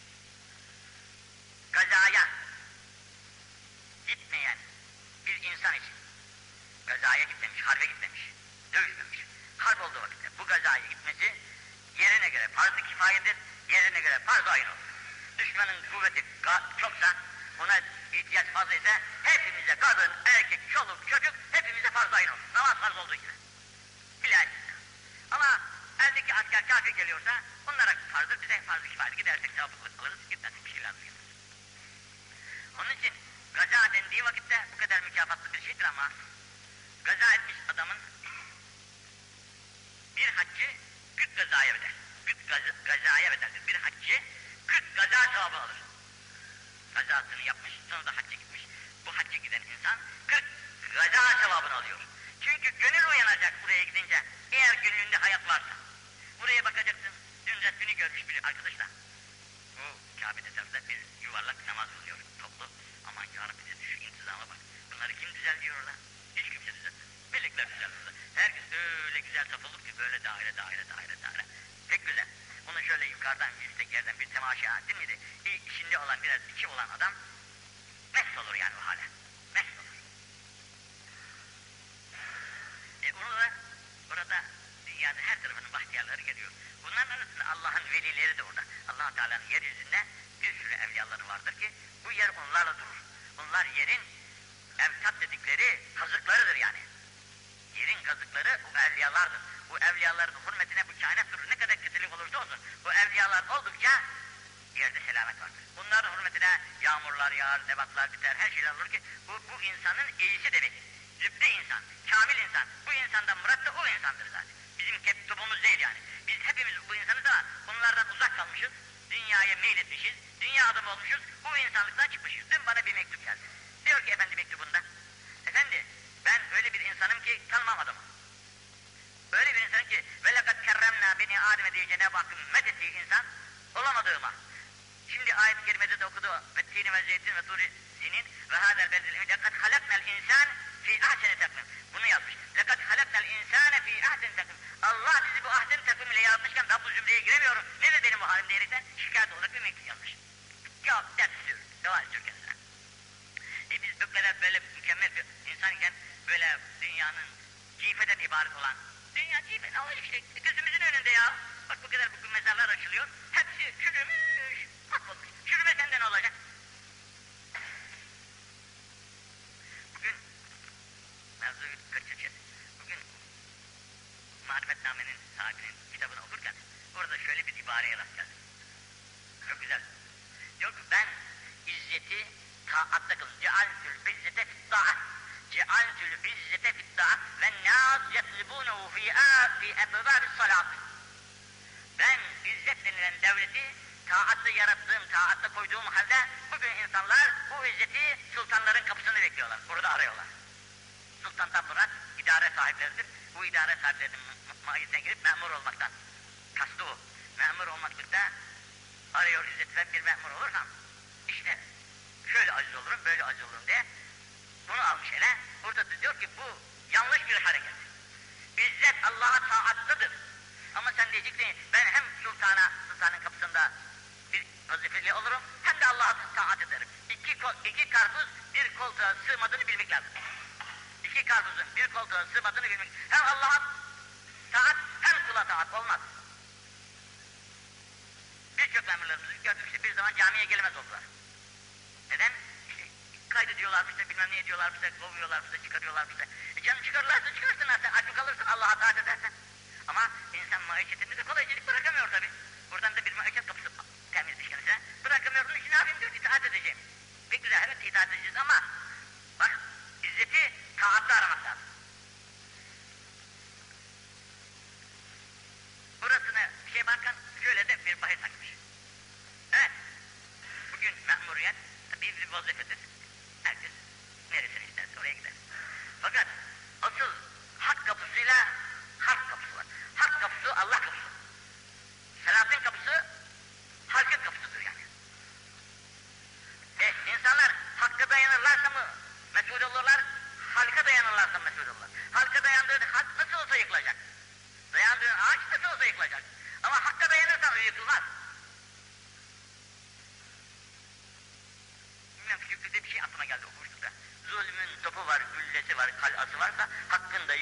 gazaya gitmeyen bir insan için, gazaya gitmemiş, harbe gitmemiş, dövüşmemiş, harp olduğu vakitte bu gazaya gitmesi yerine göre farz-ı kifayedir, yerine göre farz-ı ayın olur. Düşmanın kuvveti çoksa, ona ihtiyaç fazla ise hepimize kadın, erkek, çoluk, çocuk hepimize farz-ı ayın olur. Namaz farz olduğu gibi. Bilal. Ama eldeki asker kafir geliyorsa onlara farzdır, bize farz-ı kifayedir. Gidersek sevap alırız, gitmezsek bir şey lazım. Onun için gaza dendiği vakitte bu kadar mükafatlı bir şeydir ama gaza etmiş adamın bir haccı kırk gazaya bedel. kırk gaz, gazaya bedeldir. Bir haccı kırk gaza sevabı alır. Gazasını yapmış, sonra da hacca gitmiş. Bu hacca giden insan kırk gaza sevabını alıyor. Çünkü gönül uyanacak buraya gidince, eğer gönlünde hayat varsa. Buraya bakacaksın, dün resmini görmüş bir arkadaşla. Bu Kabe'de tarafta bir yuvarlak namaz kılıyor, toplu. Aman yarabbi dedi, şu intizama bak. Bunları kim düzenliyor orada? Hiç kimse düzenlemez. Melekler düzenliyor. Herkes öyle güzel saf olur ki böyle daire, daire, daire, daire. Pek güzel. Bunu şöyle yukarıdan, yüksek yerden bir temaşa, değil miydi? İçinde olan, biraz içi olan adam mest olur yani o hale. Mest olur. E onu da orada dünyada her tarafının bahtiyarları geliyor. Bunların arasında Allah'ın velileri de orada. Allah-u Teala'nın yeryüzünde bir sürü evliyaları vardır ki bu yer onlarla durur. Bunlar yerin evtat dedikleri kazıklarıdır yani. Yerin kazıkları bu evliyalardır. Bu evliyaların hürmetine bu kainat durur. Ne kadar kötülük olursa olsun bu evliyalar oldukça yerde selamet vardır. Bunların hürmetine yağmurlar yağar, nebatlar biter, her şeyler olur ki bu, bu insanın iyisi demek. Zübde insan, kamil insan. Bu insandan murat da o insandır zaten. Bizim kettubumuz değil yani. Biz hepimiz bu insanız ama bunlardan uzak kalmışız. Dünyaya meyletmişiz. Dünya adamı olmuşuz. Bu insanlıktan çıkmışız. Dün bana bir mektup geldi. Diyor ki efendi mektubunda. Efendi ben öyle bir insanım ki tanımam adamı. Öyle bir insan ki velakat kerremna beni Adem'e diye Cenab-ı Hakk'ın methettiği insan olamadığıma. Şimdi ayet-i kerimede de okudu. Vettini ve zeytin ve turi sinin ve hâzel beldil. Lekad halaknel insan fi ahseni takvim. Bunu yazmış. Lekad halaknel insane fi ahseni takvim. Allah bizi bu ahsen takvim ile yaratmışken ben bu zümreye giremiyorum. Nedir benim bu halim diyerekten şikayet olarak bir mektup yazmış. Cevap ders istiyor. Devam ediyor kendisine. E biz bu kadar böyle mükemmel bir insan iken böyle dünyanın cifeden ibaret olan dünya cife ne olacak işte gözümüzün önünde ya. Bak bu kadar bugün mezarlar açılıyor. Hepsi çürümüş, mahvolmuş. Çürümesen de ne olacak? Bugün mevzuyu kaçıracağız. Bugün Marifetname'nin sahibinin kitabını okurken orada şöyle bir ibareye rast geldim. Çok güzel. Diyor ki ben izzeti taatta kılın. Cealtül izzete fitta'at. Cealtül izzete fitta'at ve nâs yetlibûnehu fî'â fî ebvâbis salât. Ben izzet denilen devleti taatta yarattığım, taatta koyduğum halde bugün insanlar bu izzeti sultanların kapısını bekliyorlar. Burada arıyorlar. Sultandan murat idare sahipleridir. Bu idare sahiplerinin maiyetine girip memur olmaktan kastı o. Memur olmaklıkta arıyor izzet, ben bir memur olursam işte şöyle aziz olurum, böyle aziz olurum diye bunu almış ele. Burada da diyor ki bu yanlış bir hareket. İzzet Allah'a taatlıdır. Ama sen diyeceksin ben hem sultana, sultanın kapısında bir vazifeli olurum hem de Allah'a taat ederim. İki, iki karpuz bir koltuğa sığmadığını bilmek lazım. İki karpuzun bir koltuğa sığmadığını bilmek. Hem Allah'a taat hem kula taat olmaz. Birçok memurlarımızı gördük işte bir zaman camiye gelemez oldular. Neden? İşte kaydediyorlarmış da bilmem ne ediyorlarmış da kovuyorlarmış da çıkarıyorlarmış da. E canım çıkarırlarsa çıkarsın zaten aç kalırsın Allah'a taat edersen. Ama insan maişetini de kolaycılık bırakamıyor tabi. Buradan da bir maişet kapısı temin etmiş kendisine. Bırakamıyor onun için ne yapayım diyor itaat edeceğim. Pek güzel evet itaat edeceğiz ama bak izzeti taatta aramak lazım. Burasını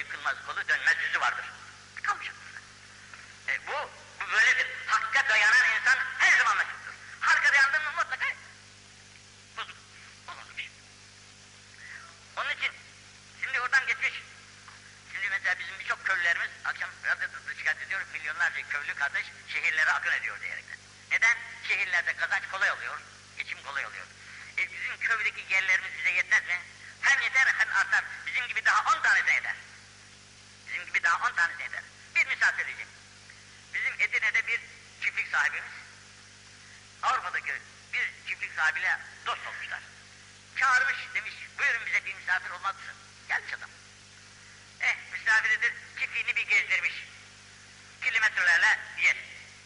yıkılmaz kolu, dönmez yüzü vardır. Kalmış aklında. E, bu, bu böyledir. Hakka dayanan insan her zaman mesuttur. Hakka dayandın mı mutlaka bozuk. Bozulmuş. Onun için şimdi oradan geçmiş. Şimdi mesela bizim birçok köylülerimiz akşam radyoda şikayet ediyor, milyonlarca köylü kardeş şehirlere akın ediyor diyerekten. Neden? Şehirlerde kazanç kolay oluyor, geçim kolay oluyor. E bizim köydeki gelirlerimiz bize yetmez mi? Hem yeter hem artar. Bizim gibi daha on tanesine yeter. Bizim gibi daha on tanesine yeter. Bir misal söyleyeceğim. Bizim Edirne'de bir çiftlik sahibimiz, Avrupa'daki bir çiftlik sahibiyle dost olmuşlar. Çağırmış, demiş, buyurun bize bir misafir olmaz mısın? Gelmiş adam. Eh, misafiridir, çiftliğini bir gezdirmiş. Kilometrelerle yer.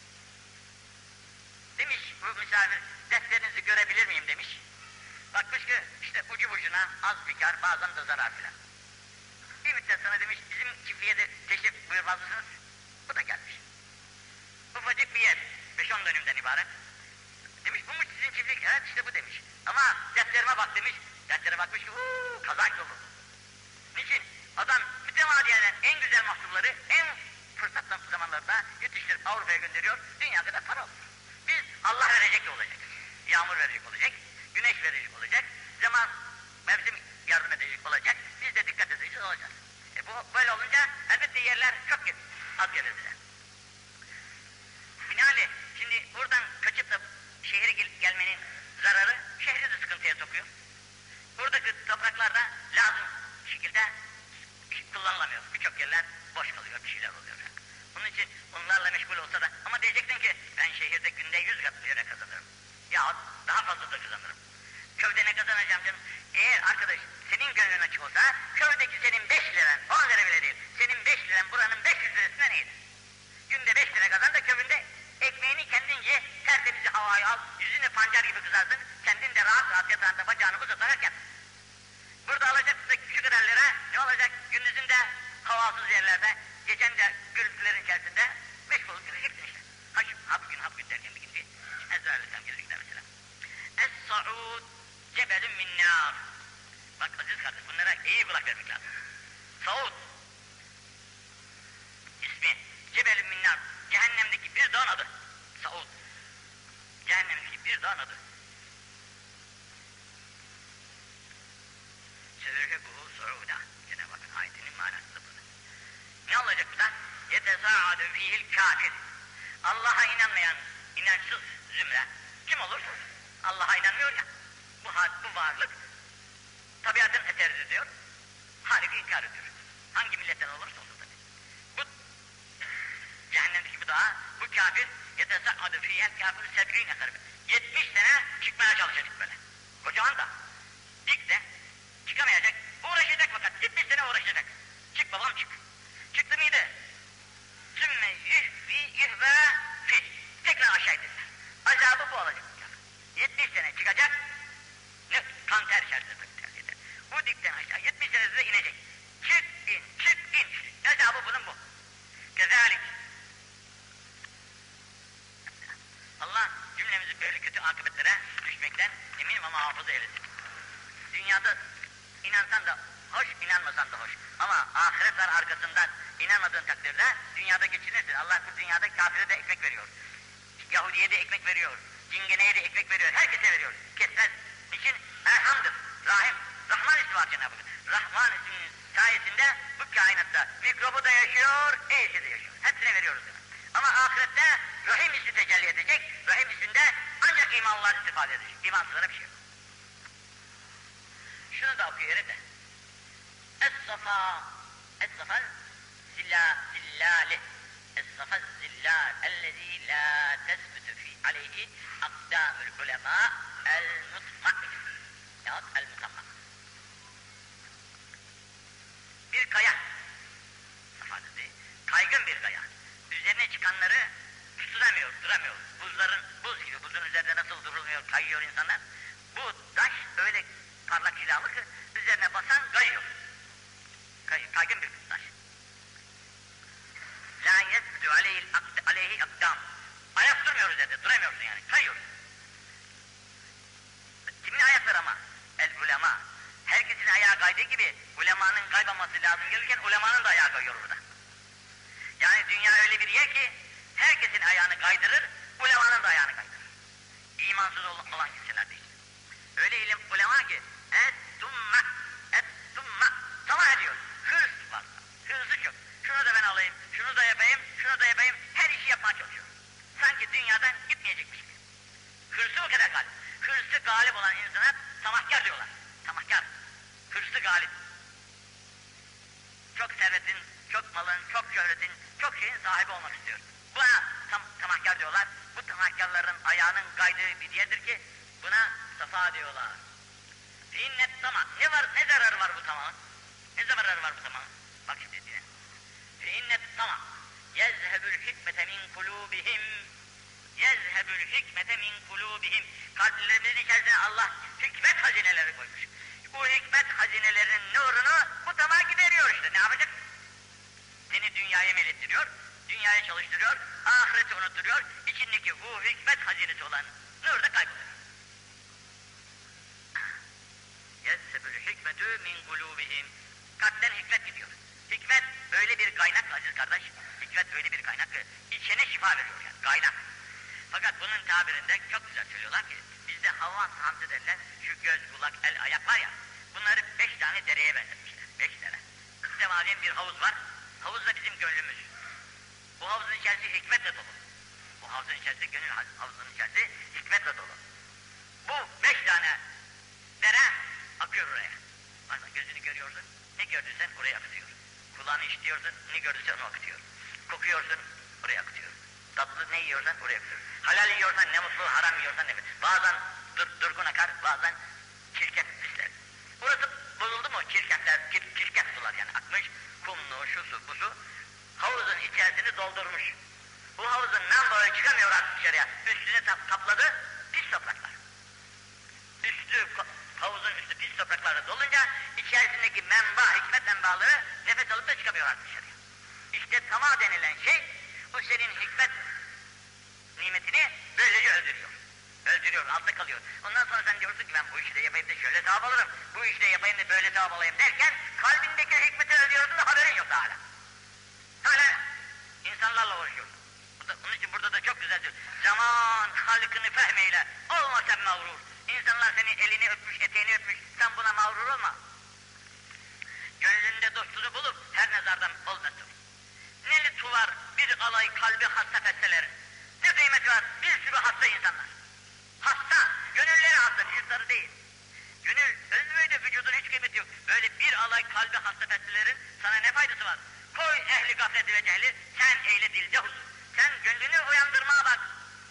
Demiş, bu misafir, defterinizi görebilir miyim demiş. Bakmış ki, işte ucu ucuna az bir kar, bazen de zarar filan. Bir müddet sonra demiş, bizim çiftliğe de teşrif buyurmaz mısınız? Bu da gelmiş. Ufacık bir yer, beş on dönümden ibaret. Demiş, bu mu sizin çiftlik? Evet, işte bu demiş. Ama defterime bak demiş, deftere bakmış ki, uuu, kazanç dolu. Niçin? Adam mütemadiyen en güzel mahsulları en fırsatlı zamanlarda yetiştirip Avrupa'ya gönderiyor, dünya kadar para alıyor. Biz Allah verecek de olacak, yağmur verecek olacak, güneş verecek olacak, zaman mevsim yardım edecek olacak, biz de dikkat edecek olacağız. E bu böyle olunca elbette yerler çok az gelir bize. Binaenaleyh şimdi buradan kaçıp da şehre gelip gelmenin zararı şehri de sıkıntıya sokuyor. Buradaki topraklarda lazım şekilde kullanılamıyor. Birçok yerler boş kalıyor, bir şeyler oluyor. Bunun için bunlarla meşgul olsa da ama diyeceksin ki ben şehirde günde yüz kat lira kazanırım. Ya daha fazla da kazanırım. Köyde ne kazanacağım canım? Eğer arkadaş senin gönlün açık olsa köydeki senin beş liran, on lira bile değil. Senin beş liran buranın beş yüz lirasından iyidir. Günde beş lira kazan da köyünde ekmeğini kendince tertemiz havaya al, yüzünü pancar gibi kızarsın, kendin de rahat rahat yatağında bacağını uzatarak yat. Burada alacaksın da şu kadar lira, ne olacak? Gündüzünde havasız yerlerde, gecen de gürültülerin içerisinde meşgul olup gideceksin işte. Ha şu, ha bugün, ha bugün derken bir gün bir Ezrail'den gelecekler mesela. Es-Sa'ud cebelün min nar. Bak aziz kardeş, bunlara iyi kulak vermek lazım. Saud ismi, cebelün min nar. Cehennemdeki bir dağın adı. Saud. Cehennemdeki bir dağın adı. Sürhübuhu su'uda. Cenab-ı Hakk'ın ayetinin manası da burada. Ne olacak bu da? Yetesa'adu fihil kafir. Allah'a inanmayan, inançsız zümre kim olur? Allah'a inanmıyor ya. Bu, bu varlık tabiatın eseridir diyor. Halik'i inkar ediyor. Hangi milletten olursa olsun tabi. Bu cehennemdeki bu dağa, bu kafir yetesa'adu fihil kafir seb'ine karib. yetmiş sene çıkmaya çalışacak böyle. Kocaman da. Dik de çıkamayacak. Uğraşacak fakat yetmiş sene uğraşacak. Çık babam çık. Çıktı mıydı? Sümme yuhfi yuhve fi. Tekrar aşağı indirler. Azabı bu olacak. yetmiş sene çıkacak. Ne? Kan ter içerisinde ter. Bu dikten aşağı yetmiş sene inecek. Çık in, çık in. Azabı bunun bu. Kezalik. Allah cümlemizi böyle kötü akıbetlere düşmekten eminim ama muhafaza eylesin. Dünyada inansan da hoş, inanmasan da hoş. Ama ahiret var arkasından inanmadığın takdirde dünyada geçinirsin. Allah bu dünyada kafire de ekmek veriyor. Yahudiye de ekmek veriyor. Cingeneye de ekmek veriyor. Herkese veriyor. Kesmez. Niçin? Erhamdır. Rahim. Rahman ismi var Cenab-ı Hak. Rahman isminin sayesinde bu kainatta mikrobu da yaşıyor, eşi de yaşıyor. Hepsine veriyoruz. Yani. Ama ahirette Rahim ismi tecelli edecek. Rahim isminde ancak imanlılar istifade edecek. İmansızlara bir şey yok. Şunu da okuyalım da. Es-safa, es-safa zilla, zillali. Es-safa zillal, ellezî la tesbütü fi aleyhi akdâmül ulemâ el-mutmak. Yahut el-mutammak. Bir kaya. Safa dedi, kaygın bir kaya. Üzerine çıkanları tutunamıyor, duramıyor. Buzların, buz gibi, buzun üzerinde nasıl durulmuyor, kayıyor insanlar. Bu taş öyle parlak hilalı ki üzerine basan kayıyor. Kay, kaygın bir taş. La yesbütü aleyhi akdam. Ayak durmuyor üzerinde, duramıyorsun yani, kayıyor. Kimin ayakları ama? El ulema. Herkesin ayağı kaydığı gibi ulemanın kaymaması lazım gelirken ulemanın da ayağı koyuyor burada. Yani dünya öyle bir yer ki herkesin ayağını kaydırır, ulemanın da ayağını kaydırır. İmansız olan kimseler değil. Öyle ilim ulema ki et-tumma, et-tumma tamah ediyor. Hırs var, hırsı çok. Şunu da ben alayım, şunu da yapayım, şunu da yapayım, her işi yapmaya çalışıyor. Sanki dünyadan gitmeyecekmiş gibi. Hırsı o kadar galip. Hırsı galip olan insana tamahkar diyorlar. Tamahkar. Hırsı galip. Çok servetin, çok malın, çok şöhretin, çok şeyin sahibi olmak istiyor. Buna tam, tamahkar diyorlar. Bu tamahkarların ayağının kaydığı bir yerdir ki buna safa diyorlar. Zinnet tamah. Ne var, ne zararı var bu tamahın? Ne zararı var bu tamahın? Bak şimdi diye. Zinnet tamah. Yezhebül hikmete min kulubihim. Yezhebül hikmete min kulubihim. Kalplerimizin içerisine Allah hikmet hazineleri koymuş. Bu hikmet hazinelerinin nurunu bu tamah gideriyor işte. Ne yapacak? Seni dünyaya meylettiriyor, dünyaya çalıştırıyor, ahireti unutturuyor, içindeki bu hikmet hazinesi olan nur da kayboluyor. Yezhebül hikmetü min kulubihim. Kalpten hikmet gidiyor. Hikmet öyle bir kaynak aziz kardeş, hikmet öyle bir kaynak ki içine şifa veriyor yani, kaynak. Fakat bunun tabirinde çok güzel söylüyorlar ki, bizde havas hamd derler, şu göz, kulak, el, ayak var ya, bunları beş tane dereye benzetmişler, beş tane. Mütemadiyen bir havuz var, havuz da bizim gönlümüz. Bu havuzun içerisi hikmetle dolu. Bu havuzun içerisi, gönül havuzunun içerisi hikmetle dolu. Bu beş tane dere akıyor oraya. Bak gözünü görüyorsun, ne gördüysen oraya akıtıyor. Kulağını işitiyorsun, ne gördüysen onu akıtıyor. Kokuyorsun, oraya akıtıyor. Tatlı ne yiyorsan oraya akıtıyor. Halal yiyorsan ne mutlu, haram yiyorsan ne mutlu. Bazen dur, durgun akar, bazen çirkef pisler. Burası bozuldu mu çirkefler, çir, çirkef sular yani akmış, kumlu, şu su, bu su. Havuzun içerisini doldurmuş. Bu havuzundan böyle çıkamıyor artık dışarıya. Üstüne kapladı, pis topraklar. Üstü, havuzun üstü pis topraklarla dolunca içerisindeki menba, hikmet menbaları nefes alıp da çıkamıyor artık dışarıya. İşte tamah denilen şey, bu senin hikmet nimetini böylece öldürüyor. Öldürüyor, altta kalıyor. Ondan sonra sen diyorsun ki ben bu işi de yapayım da şöyle sevap alırım, bu işi de yapayım da böyle sevap alayım derken kalbindeki hikmeti öldürüyorsun da haberin yok hala. Hala insanlarla uğraşıyorsun. Onun için burada da çok güzel diyor. Zaman halikini fehmeyle olma sen mağrur. İnsanlar seni elini öpmüş, eteğini öpmüş, sen buna mağrur olma. Gönlünde dostunu bulup her nazardan olmasın. Ne lütfu var bir alay kalbi hasta festelerin. Ne kıymeti var bir sürü hasta insanlar. Hasta, gönülleri hasta, vücutları değil. Gönül, özmüydü vücudun hiç kıymeti yok. Böyle bir alay kalbi hasta festelerin sana ne faydası var? Koy ehli gafleti ve cehli, sen eyle dilce huzur. Sen gönlünü uyandırmaya bak.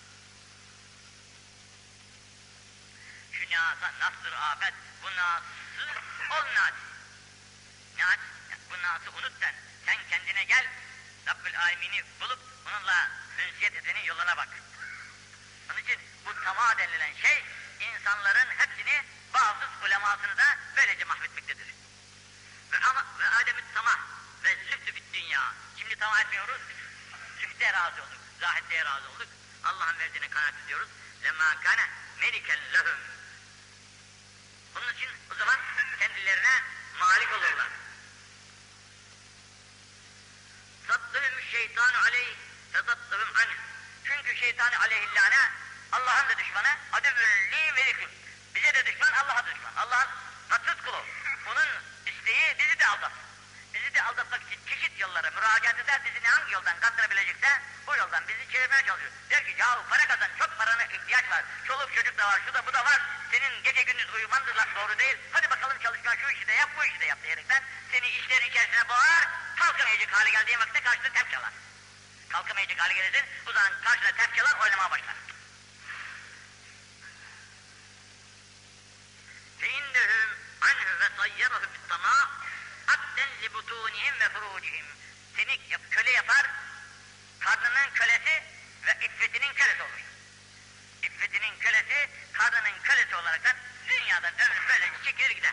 Şu nâsa nasır afet, bu nâsı ol nâsi. Nâs, bu nâsı unut sen. Sen kendine gel, Rabbül Âlemîn'i bulup onunla ünsiyet edenin yoluna bak. Onun için bu tamah denilen şey, insanların hepsini, bazı ulemasını da böylece mahvetmektedir. Ve ama ve âlemü tamah ve zühdü bit dünya. Şimdi tamah etmiyoruz, zühde razı olduk, zahidliğe razı olduk. Allah'ın verdiğine kanaat ediyoruz. لَمَا كَانَ مَلِكًا لَهُمْ. Bunun için o zaman kendilerine malik olurlar. Sattığım şeytan aleyh, fesattığım anh. Çünkü şeytan aleyhillâne, Allah'ın da düşmanı, adevüllî velikûn. Bize de düşman, Allah'a da düşman. Allah'ın haksız kulu. Bunun isteği bizi de aldat. Bizi de aldatmak için çeşit yollara müracaat eder, bizi hangi yoldan kandırabilecekse o yoldan bizi çevirmeye çalışıyor. Der ki yahu para kazan, çok parana ihtiyaç var, çoluk çocuk da var, şu da bu da var, senin gece gündüz uyuman da doğru değil, hadi bakalım çalışma şu işi de yap, bu işi de yap diyerekten seni işlerin içerisine boğar, kalkamayacak hale geldiğin vakitte karşına tep çalar. Kalkamayacak hale gelirsin, o zaman karşına tep çalar, oynamaya başlar. فَاِنَّهُمْ عَنْهُ وَصَيَّرَهُ بِالطَّمَاءِ abden li butunihim ve furucihim. Seni köle yapar, kadının kölesi ve iffetinin kölesi olur. İffetinin kölesi, kadının kölesi olarak dünyadan ömrü böyle çekilir gider.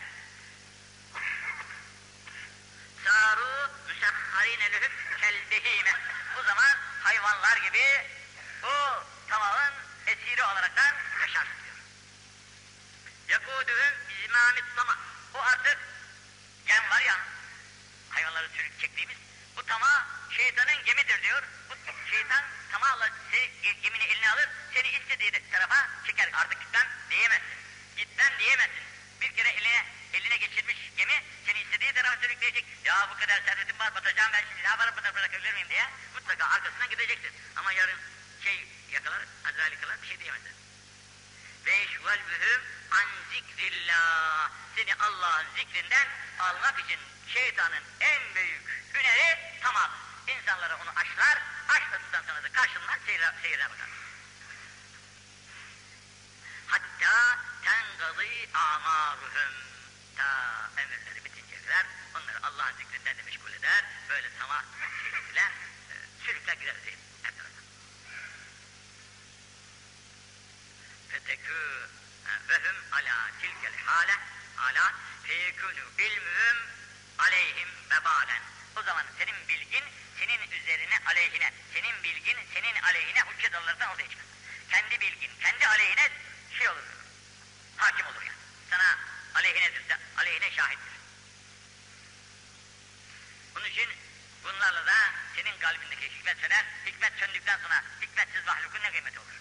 Saru müsehharine lühüm keldehime. Bu zaman hayvanlar gibi bu tamamın esiri olaraktan yaşar diyor. Yakûdühüm izmâmit tamah. Bu artık gem var ya, hayvanları sürüp çektiğimiz, tama şeytanın gemidir diyor. Bu şeytan tamahla gemini eline alır, seni istediği tarafa çeker. Artık gitmem diyemezsin. Gitmem diyemezsin. Bir kere eline eline geçirmiş gemi seni istediği tarafa sürükleyecek. Ya bu kadar servetim var, batacağım ben şimdi ne yaparım, bunu bırakabilir miyim diye mutlaka arkasından gidecektir. Ama yarın şey yakalar, Azrail yakalar, bir şey diyemezler. Ve eşvelvühüm an zikrillah. Seni Allah'ın zikrinden almak için şeytanın en büyük hüneri tamam. İnsanlara onu aşılar, aşladıktan sonra da karşılığından seyre, seyre bakar. Hatta tengadı amaruhum. Ta ömürleri bitinceye kadar onları Allah'ın zikrinden de meşgul eder. Böyle tamam şeyleriyle e, sürükler gider değil. Fetekû vehum alâ tilkel hâle alâ feyekûnû ilmühüm aleyhim vebâlen. O zaman senin bilgin senin üzerine aleyhine, senin bilgin senin aleyhine hüccet alırsan ortaya çıkar. Kendi bilgin kendi aleyhine şey olur, hakim olur yani. Sana aleyhinedir de, aleyhine şahittir. Bunun için bunlarla da senin kalbindeki hikmet söner, hikmet söndükten sonra hikmetsiz mahlukun ne kıymeti olur?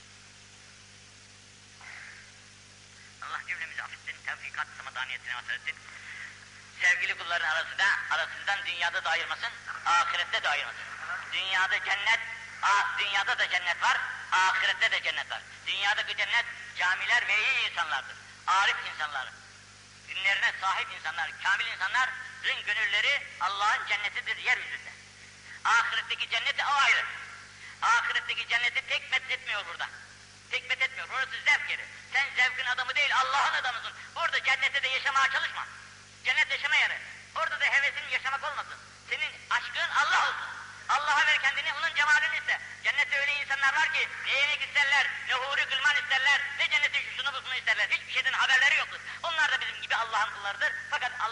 Allah cümlemizi affetsin, tevfikat samadaniyetine vasıl etsin. Sevgili kulların arasında, arasından dünyada da ayırmasın, ahirette de ayırmasın. Dünyada cennet, ah, dünyada da cennet var, ahirette de cennet var. Dünyadaki cennet camiler ve iyi insanlardır. Arif insanlar, dinlerine sahip insanlar, kamil insanların gönülleri Allah'ın cennetidir yeryüzünde. Ahiretteki cenneti o ayrı. Ahiretteki cenneti tek methetmiyor burada. Tek methetmiyor, orası zevk yeri. Sen zevkin adamı değil, Allah'ın adamısın. Burada cennette de yaşamaya çalışma. Cennet yaşama yeri. Orada da hevesin yaşamak olmasın. Senin aşkın Allah olsun. Allah'a ver kendini, onun cemalini iste. Cennette öyle insanlar var ki ne yemek isterler, ne huri gılman isterler, ne cennete şunu busunu isterler. Hiçbir şeyden haberleri yoktur. Onlar da bizim gibi Allah'ın kullarıdır. Fakat Allah